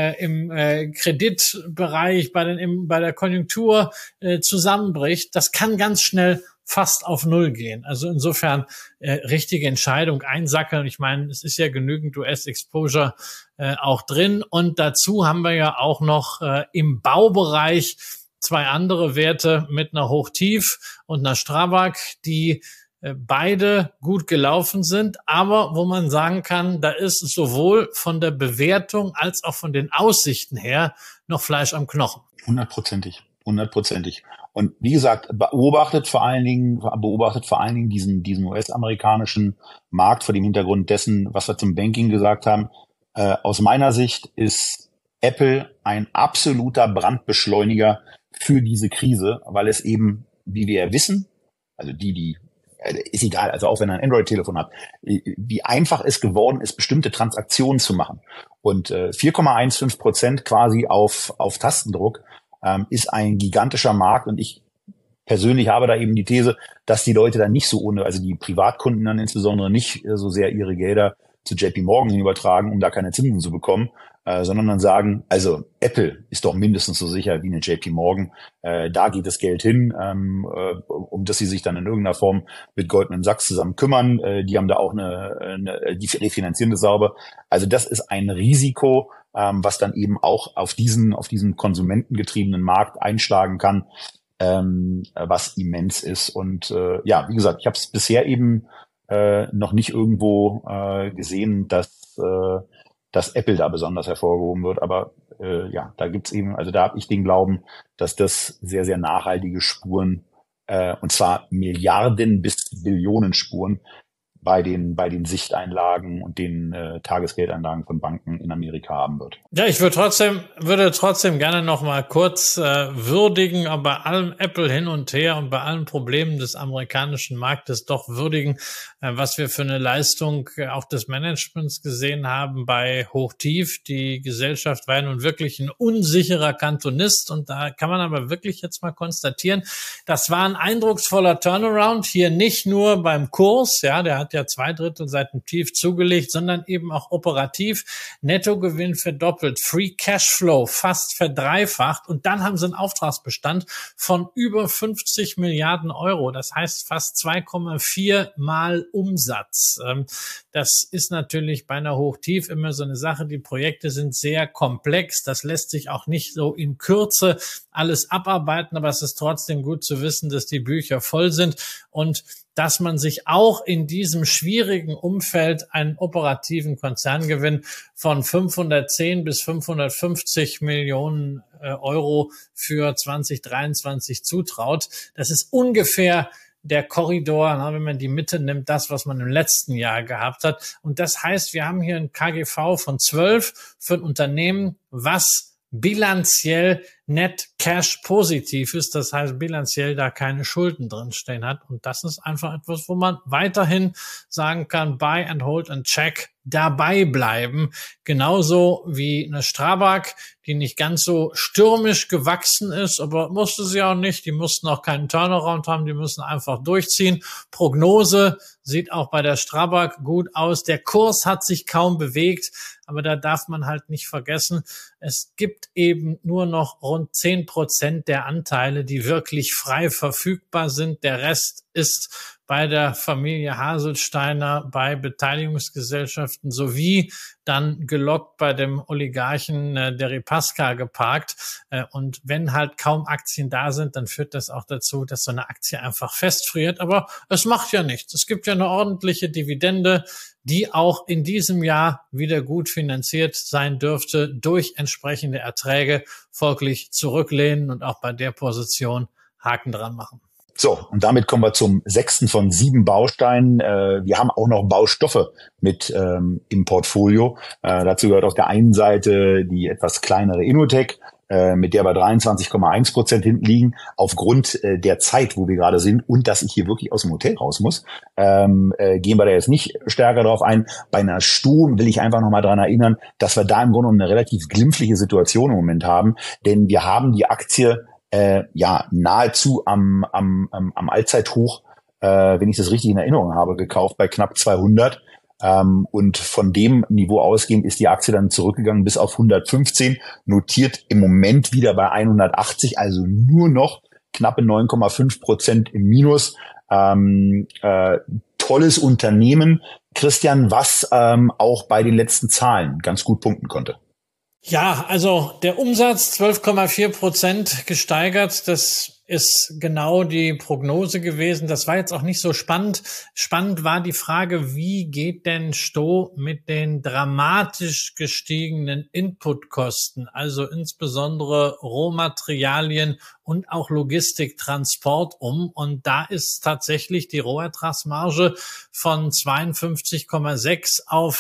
im Kreditbereich bei der Konjunktur zusammenbricht, das kann ganz schnell fast auf Null gehen. Also insofern richtige Entscheidung, einsackeln. Ich meine, es ist ja genügend US-Exposure auch drin. Und dazu haben wir ja auch noch im Baubereich zwei andere Werte mit einer Hochtief und einer Strabag, die beide gut gelaufen sind, aber wo man sagen kann, da ist sowohl von der Bewertung als auch von den Aussichten her noch Fleisch am Knochen. 100%. Und wie gesagt, beobachtet vor allen Dingen diesen US-amerikanischen Markt vor dem Hintergrund dessen, was wir zum Banking gesagt haben. Aus meiner Sicht ist Apple ein absoluter Brandbeschleuniger für diese Krise, weil es eben, wie wir ja wissen, also ist egal, also auch wenn ihr ein Android-Telefon habt, wie einfach es geworden ist, bestimmte Transaktionen zu machen. Und 4,15% quasi auf Tastendruck ist ein gigantischer Markt. Und ich persönlich habe da eben die These, dass die Leute dann nicht so also die Privatkunden dann insbesondere nicht so sehr ihre Gelder zu JP Morgan übertragen, um da keine Zinsen zu bekommen, sondern dann sagen, also Apple ist doch mindestens so sicher wie eine JP Morgan. Da geht das Geld hin, um das sie sich dann in irgendeiner Form mit Goldman Sachs zusammen kümmern. Die haben da auch die refinanzieren das sauber. Also das ist ein Risiko, was dann eben auch auf diesen konsumentengetriebenen Markt einschlagen kann, was immens ist. Und ja, wie gesagt, ich habe es bisher eben noch nicht irgendwo gesehen, dass Apple da besonders hervorgehoben wird. Aber ja, da gibt's eben, also da habe ich den Glauben, dass das sehr, sehr nachhaltige Spuren, und zwar Milliarden bis Billionen Spuren bei den Sichteinlagen und den Tagesgeldeinlagen von Banken in Amerika haben wird. Ja, ich würde trotzdem gerne noch mal kurz würdigen, aber bei allem Apple hin und her und bei allen Problemen des amerikanischen Marktes doch würdigen, was wir für eine Leistung auch des Managements gesehen haben bei Hochtief. Die Gesellschaft war nun wirklich ein unsicherer Kantonist und da kann man aber wirklich jetzt mal konstatieren, das war ein eindrucksvoller Turnaround, hier nicht nur beim Kurs, ja, der hat ja 2/3 seit dem Tief zugelegt, sondern eben auch operativ. Nettogewinn verdoppelt, Free Cashflow fast verdreifacht und dann haben sie einen Auftragsbestand von über 50 Milliarden Euro. Das heißt fast 2,4 Mal Umsatz. Das ist natürlich bei einer Hochtief immer so eine Sache. Die Projekte sind sehr komplex. Das lässt sich auch nicht so in Kürze alles abarbeiten, aber es ist trotzdem gut zu wissen, dass die Bücher voll sind und dass man sich auch in diesem schwierigen Umfeld einen operativen Konzerngewinn von 510 bis 550 Millionen Euro für 2023 zutraut. Das ist ungefähr der Korridor, wenn man die Mitte nimmt, das, was man im letzten Jahr gehabt hat. Und das heißt, wir haben hier ein KGV von 12 für ein Unternehmen, was bilanziell net cash positiv ist, das heißt bilanziell da keine Schulden drinstehen hat und das ist einfach etwas, wo man weiterhin sagen kann, buy and hold and check, dabei bleiben, genauso wie eine Strabag, die nicht ganz so stürmisch gewachsen ist, aber musste sie auch nicht, die mussten auch keinen Turnaround haben, die müssen einfach durchziehen. Prognose sieht auch bei der Strabag gut aus, der Kurs hat sich kaum bewegt, aber da darf man halt nicht vergessen, es gibt eben nur noch rund 10% der Anteile, die wirklich frei verfügbar sind. Der Rest ist bei der Familie Haselsteiner, bei Beteiligungsgesellschaften sowie dann gelockt bei dem Oligarchen Deripaska geparkt. Und wenn halt kaum Aktien da sind, dann führt das auch dazu, dass so eine Aktie einfach festfriert. Aber es macht ja nichts. Es gibt ja eine ordentliche Dividende, die auch in diesem Jahr wieder gut finanziert sein dürfte durch entsprechende Erträge, folglich zurücklehnen und auch bei der Position Haken dran machen. So, und damit kommen wir zum 6. von 7 Bausteinen. Wir haben auch noch Baustoffe mit im Portfolio. Dazu gehört auf der einen Seite die etwas kleinere Innotech, mit der wir 23,1% hinten liegen, aufgrund der Zeit, wo wir gerade sind und dass ich hier wirklich aus dem Hotel raus muss, gehen wir da jetzt nicht stärker drauf ein. Bei einer Stu will ich einfach nochmal daran erinnern, dass wir da im Grunde eine relativ glimpfliche Situation im Moment haben, denn wir haben die Aktie nahezu am Allzeithoch, wenn ich das richtig in Erinnerung habe, gekauft bei knapp 200. Und von dem Niveau ausgehend ist die Aktie dann zurückgegangen bis auf 115, notiert im Moment wieder bei 180, also nur noch knappe 9,5% im Minus. tolles Unternehmen, Christian, was auch bei den letzten Zahlen ganz gut punkten konnte. Ja, also der Umsatz 12,4% gesteigert, das ist genau die Prognose gewesen. Das war jetzt auch nicht so spannend. Spannend war die Frage, wie geht denn Sto mit den dramatisch gestiegenen Inputkosten, also insbesondere Rohmaterialien und auch Logistik, Transport um. Und da ist tatsächlich die Rohertragsmarge von 52,6 auf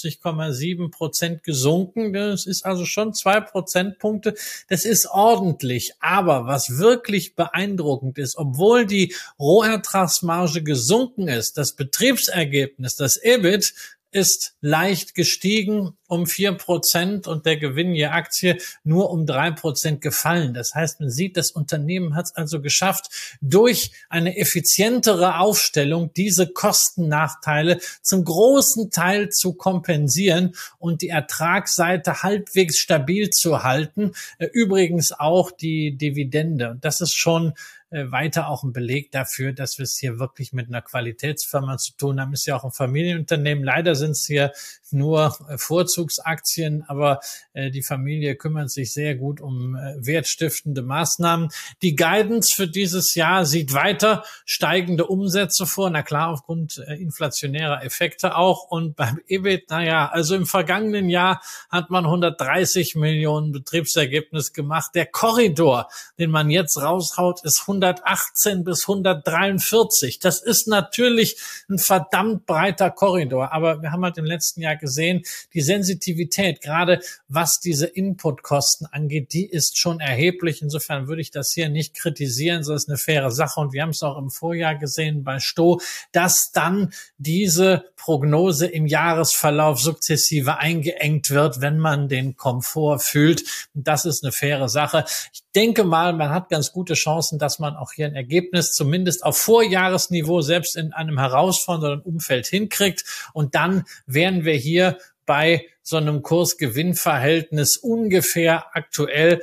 50,7% gesunken. Das ist also schon 2 Prozentpunkte. Das ist ordentlich. Aber was wirklich beeindruckend ist, obwohl die Rohertragsmarge gesunken ist, das Betriebsergebnis, das EBIT, ist leicht gestiegen um 4% und der Gewinn je Aktie nur um 3% gefallen. Das heißt, man sieht, das Unternehmen hat es also geschafft, durch eine effizientere Aufstellung diese Kostennachteile zum großen Teil zu kompensieren und die Ertragsseite halbwegs stabil zu halten. Übrigens auch die Dividende. Und das ist schon weiter auch ein Beleg dafür, dass wir es hier wirklich mit einer Qualitätsfirma zu tun haben. Ist ja auch ein Familienunternehmen. Leider sind es hier nur Vorzugsaktien, aber die Familie kümmert sich sehr gut um wertstiftende Maßnahmen. Die Guidance für dieses Jahr sieht weiter steigende Umsätze vor. Na klar, aufgrund inflationärer Effekte auch. Und beim EBIT, also im vergangenen Jahr hat man 130 Millionen Betriebsergebnis gemacht. Der Korridor, den man jetzt raushaut, ist 118 bis 143. Das ist natürlich ein verdammt breiter Korridor, aber wir haben halt im letzten Jahr gesehen, die Sensitivität, gerade was diese Inputkosten angeht, die ist schon erheblich. Insofern würde ich das hier nicht kritisieren, so ist eine faire Sache. Und wir haben es auch im Vorjahr gesehen bei Sto, dass dann diese Prognose im Jahresverlauf sukzessive eingeengt wird, wenn man den Komfort fühlt. Das ist eine faire Sache. Ich denke mal, man hat ganz gute Chancen, dass man auch hier ein Ergebnis zumindest auf Vorjahresniveau selbst in einem herausfordernden Umfeld hinkriegt. Und dann wären wir hier bei so einem Kurs-Gewinn-Verhältnis ungefähr aktuell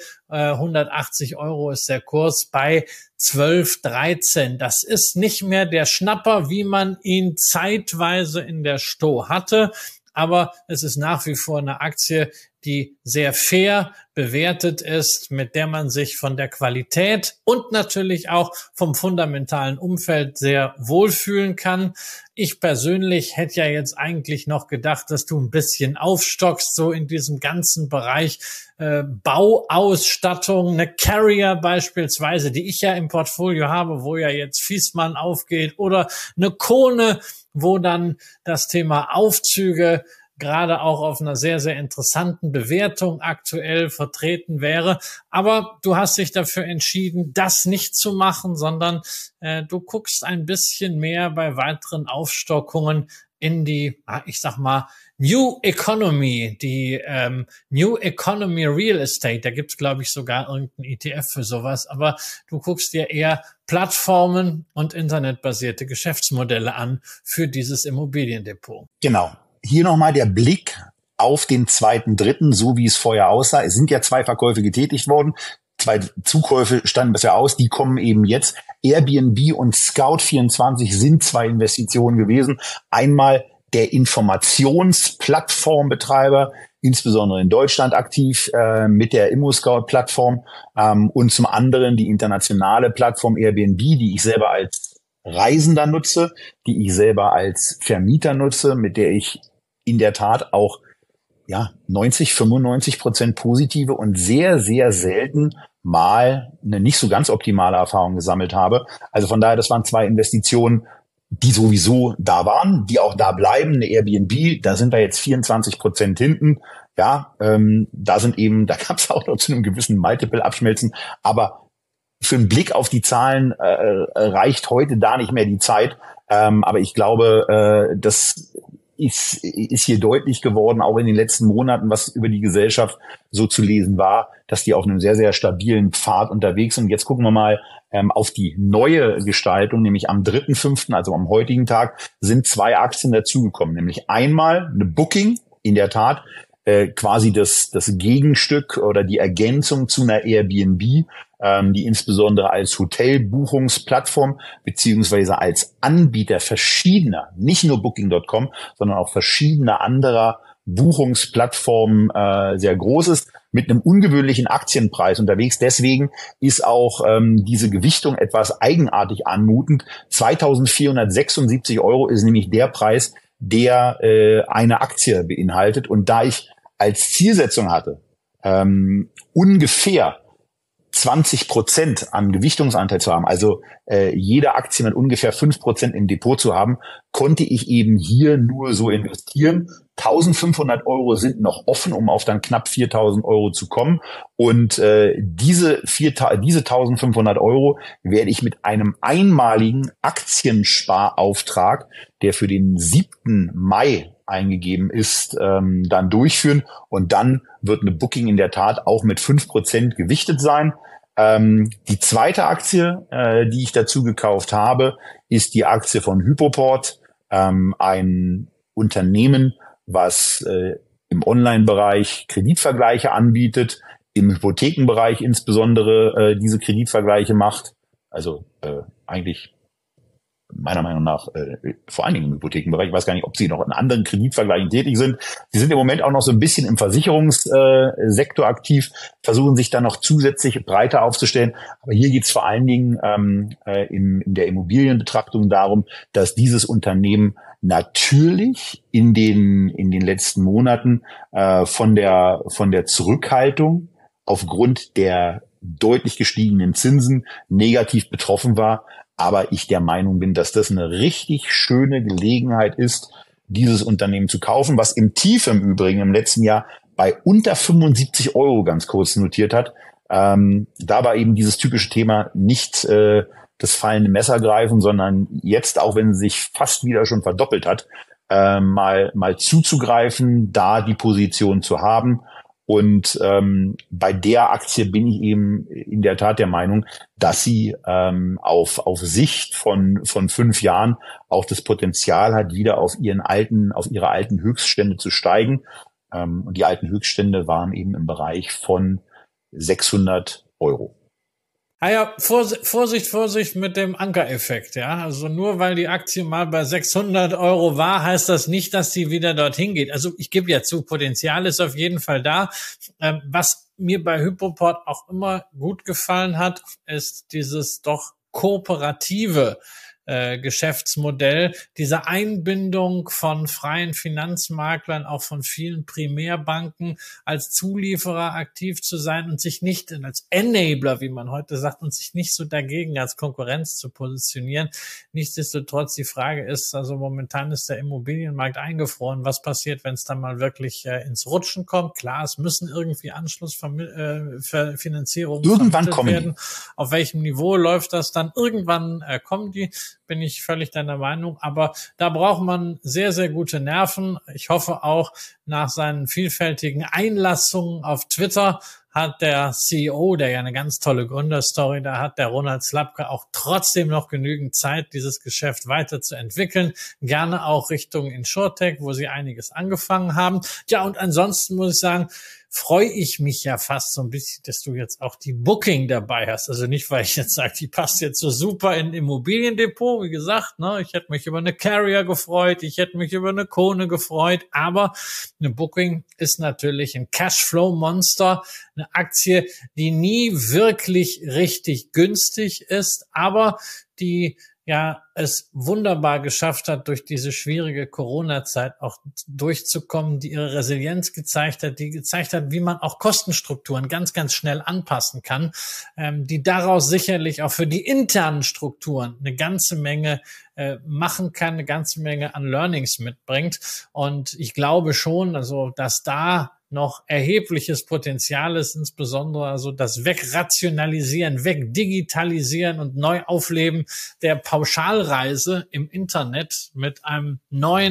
180 € ist der Kurs bei 12,13. Das ist nicht mehr der Schnapper, wie man ihn zeitweise in der Sto hatte. Aber es ist nach wie vor eine Aktie, die sehr fair bewertet ist, mit der man sich von der Qualität und natürlich auch vom fundamentalen Umfeld sehr wohlfühlen kann. Ich persönlich hätte ja jetzt eigentlich noch gedacht, dass du ein bisschen aufstockst, so in diesem ganzen Bereich Bauausstattung, eine Carrier beispielsweise, die ich ja im Portfolio habe, wo ja jetzt Viessmann aufgeht, oder eine Kone, wo dann das Thema Aufzüge gerade auch auf einer sehr, sehr interessanten Bewertung aktuell vertreten wäre. Aber du hast dich dafür entschieden, das nicht zu machen, sondern du guckst ein bisschen mehr bei weiteren Aufstockungen in die, ich sag mal, New Economy, die New Economy Real Estate. Da gibt's, glaube ich, sogar irgendeinen ETF für sowas. Aber du guckst dir eher Plattformen und internetbasierte Geschäftsmodelle an für dieses Immobiliendepot. Genau. Hier nochmal der Blick auf den 2.3., so wie es vorher aussah. Es sind ja 2 Verkäufe getätigt worden. 2 Zukäufe standen bisher aus, die kommen eben jetzt. Airbnb und Scout24 sind 2 Investitionen gewesen. Einmal der Informationsplattformbetreiber, insbesondere in Deutschland aktiv, mit der ImmoScout-Plattform, und zum anderen die internationale Plattform Airbnb, die ich selber als Reisender nutze, die ich selber als Vermieter nutze, mit der ich in der Tat auch 95% positive und sehr, sehr selten mal eine nicht so ganz optimale Erfahrung gesammelt habe. Also von daher, das waren 2 Investitionen, die sowieso da waren, die auch da bleiben. Eine Airbnb, da sind wir jetzt 24% hinten. Ja, da gab es auch noch zu einem gewissen Multiple abschmelzen, aber für einen Blick auf die Zahlen reicht heute da nicht mehr die Zeit. Aber ich glaube, das ist hier deutlich geworden, auch in den letzten Monaten, was über die Gesellschaft so zu lesen war, dass die auf einem sehr, sehr stabilen Pfad unterwegs sind. Und jetzt gucken wir mal auf die neue Gestaltung, nämlich am 3.5., also am heutigen Tag, sind 2 Aktien dazugekommen. Nämlich einmal eine Booking, in der Tat, quasi das Gegenstück oder die Ergänzung zu einer Airbnb, die insbesondere als Hotelbuchungsplattform beziehungsweise als Anbieter verschiedener, nicht nur Booking.com, sondern auch verschiedener anderer Buchungsplattformen sehr groß ist, mit einem ungewöhnlichen Aktienpreis unterwegs. Deswegen ist auch diese Gewichtung etwas eigenartig anmutend. 2.476 € ist nämlich der Preis, der eine Aktie beinhaltet. Und da ich als Zielsetzung hatte, ungefähr 20% an Gewichtungsanteil zu haben, also jede Aktie mit ungefähr 5% im Depot zu haben, konnte ich eben hier nur so investieren. 1.500 € sind noch offen, um auf dann knapp 4.000 € zu kommen. Und diese 1.500 € werde ich mit einem einmaligen Aktiensparauftrag, der für den 7. Mai eingegeben ist, dann durchführen. Und dann wird eine Booking in der Tat auch mit 5% gewichtet sein. Die zweite Aktie, die ich dazu gekauft habe, ist die Aktie von Hypoport, ein Unternehmen, was im Online-Bereich Kreditvergleiche anbietet, im Hypothekenbereich insbesondere diese Kreditvergleiche macht. Also eigentlich meiner Meinung nach vor allen Dingen im Hypothekenbereich. Ich weiß gar nicht, ob sie noch in anderen Kreditvergleichen tätig sind. Sie sind im Moment auch noch so ein bisschen im Versicherungssektor aktiv, versuchen sich dann noch zusätzlich breiter aufzustellen. Aber hier geht es vor allen Dingen in der Immobilienbetrachtung darum, dass dieses Unternehmen natürlich in den letzten Monaten von der Zurückhaltung aufgrund der deutlich gestiegenen Zinsen negativ betroffen war. Aber ich der Meinung bin, dass das eine richtig schöne Gelegenheit ist, dieses Unternehmen zu kaufen, was im Tief im Übrigen im letzten Jahr bei unter 75 € ganz kurz notiert hat. Da war eben dieses typische Thema nicht das fallende Messer greifen, sondern jetzt, auch wenn es sich fast wieder schon verdoppelt hat, mal zuzugreifen, da die Position zu haben. Und bei der Aktie bin ich eben in der Tat der Meinung, dass sie auf Sicht von 5 Jahren auch das Potenzial hat, wieder auf ihre alten Höchststände zu steigen. Und die alten Höchststände waren eben im Bereich von 600 €. Ah ja, Vorsicht mit dem Ankereffekt, ja. Also nur weil die Aktie mal bei 600 € war, heißt das nicht, dass sie wieder dorthin geht. Also ich gebe ja zu, Potenzial ist auf jeden Fall da. Was mir bei Hypoport auch immer gut gefallen hat, ist dieses doch kooperative Geschäftsmodell, diese Einbindung von freien Finanzmaklern, auch von vielen Primärbanken als Zulieferer aktiv zu sein und sich nicht als Enabler, wie man heute sagt, und sich nicht so dagegen als Konkurrenz zu positionieren. Nichtsdestotrotz, die Frage ist, also momentan ist der Immobilienmarkt eingefroren. Was passiert, wenn es dann mal wirklich ins Rutschen kommt? Klar, es müssen irgendwie Anschlussfinanzierungen irgendwann werden. Auf welchem Niveau läuft das dann? Irgendwann kommen die. Bin ich völlig deiner Meinung, aber da braucht man sehr, sehr gute Nerven. Ich hoffe auch, nach seinen vielfältigen Einlassungen auf Twitter hat der CEO, der ja eine ganz tolle Gründerstory da hat, der Ronald Slabke, auch trotzdem noch genügend Zeit, dieses Geschäft weiterzuentwickeln. Gerne auch Richtung Insurtech, wo sie einiges angefangen haben. Ja, und ansonsten muss ich sagen, freue ich mich ja fast so ein bisschen, dass du jetzt auch die Booking dabei hast. Also nicht, weil ich jetzt sage, die passt jetzt so super in Immobiliendepot. Wie gesagt, ne, ich hätte mich über eine Carrier gefreut, ich hätte mich über eine Kone gefreut, aber eine Booking ist natürlich ein Cashflow-Monster, eine Aktie, die nie wirklich richtig günstig ist, aber die ja es wunderbar geschafft hat, durch diese schwierige Corona-Zeit auch durchzukommen, die ihre Resilienz gezeigt hat, die gezeigt hat, wie man auch Kostenstrukturen ganz, ganz schnell anpassen kann, die daraus sicherlich auch für die internen Strukturen eine ganze Menge machen kann, eine ganze Menge an Learnings mitbringt. Und ich glaube schon, also dass da noch erhebliches Potenzial ist, insbesondere also das Wegrationalisieren, Wegdigitalisieren und Neuaufleben der Pauschalreise im Internet mit einem neuen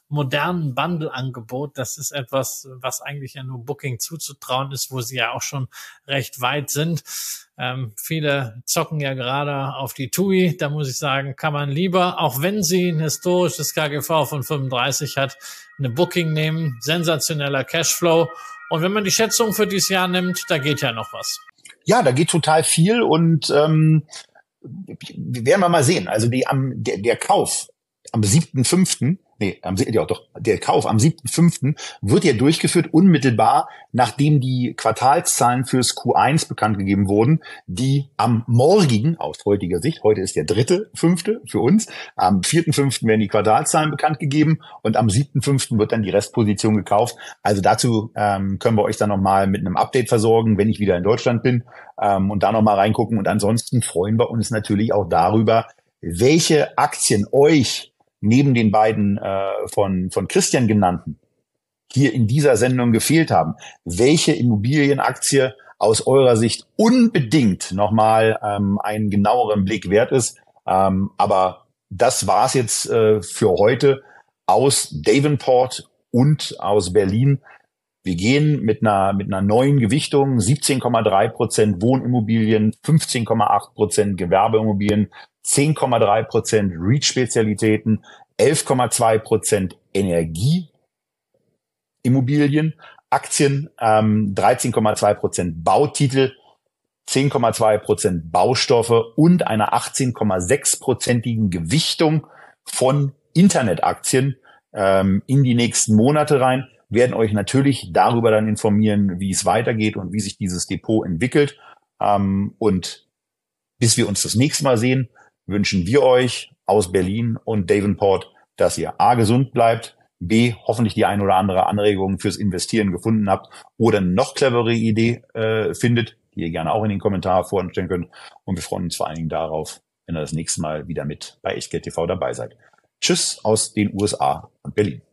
modernen Bundle-Angebot. Das ist etwas, was eigentlich ja nur Booking zuzutrauen ist, wo sie ja auch schon recht weit sind. Viele zocken ja gerade auf die TUI. Da muss ich sagen, kann man lieber, auch wenn sie ein historisches KGV von 35 hat, eine Booking nehmen. Sensationeller Cashflow. Und wenn man die Schätzung für dieses Jahr nimmt, da geht ja noch was. Ja, da geht total viel und werden wir mal sehen. Also der Kauf am 7.5., der Kauf am 7.5. wird ja durchgeführt unmittelbar, nachdem die Quartalszahlen fürs Q1 bekannt gegeben wurden, die am morgigen, aus heutiger Sicht, heute ist der 3.5. für uns, am 4.5. werden die Quartalszahlen bekannt gegeben und am 7.5. wird dann die Restposition gekauft. Also dazu können wir euch dann nochmal mit einem Update versorgen, wenn ich wieder in Deutschland bin, und da nochmal reingucken. Und ansonsten freuen wir uns natürlich auch darüber, welche Aktien euch neben den beiden von Christian genannten hier in dieser Sendung gefehlt haben, welche Immobilienaktie aus eurer Sicht unbedingt nochmal einen genaueren Blick wert ist. Aber das war's jetzt für heute aus Davenport und aus Berlin. Wir gehen mit einer neuen Gewichtung, 17,3% Wohnimmobilien, 15,8% Gewerbeimmobilien, 10,3% REIT-Spezialitäten, 11,2% Energieimmobilien, Aktien, 13,2% Bautitel, 10,2% Baustoffe und einer 18,6%igen Gewichtung von Internetaktien in die nächsten Monate rein. Werden euch natürlich darüber dann informieren, wie es weitergeht und wie sich dieses Depot entwickelt. Und bis wir uns das nächste Mal sehen, wünschen wir euch aus Berlin und Davenport, dass ihr A, gesund bleibt, B, hoffentlich die ein oder andere Anregung fürs Investieren gefunden habt oder eine noch clevere Idee findet, die ihr gerne auch in den Kommentaren vorstellen könnt. Und wir freuen uns vor allen Dingen darauf, wenn ihr das nächste Mal wieder mit bei Echtgeld TV dabei seid. Tschüss aus den USA und Berlin.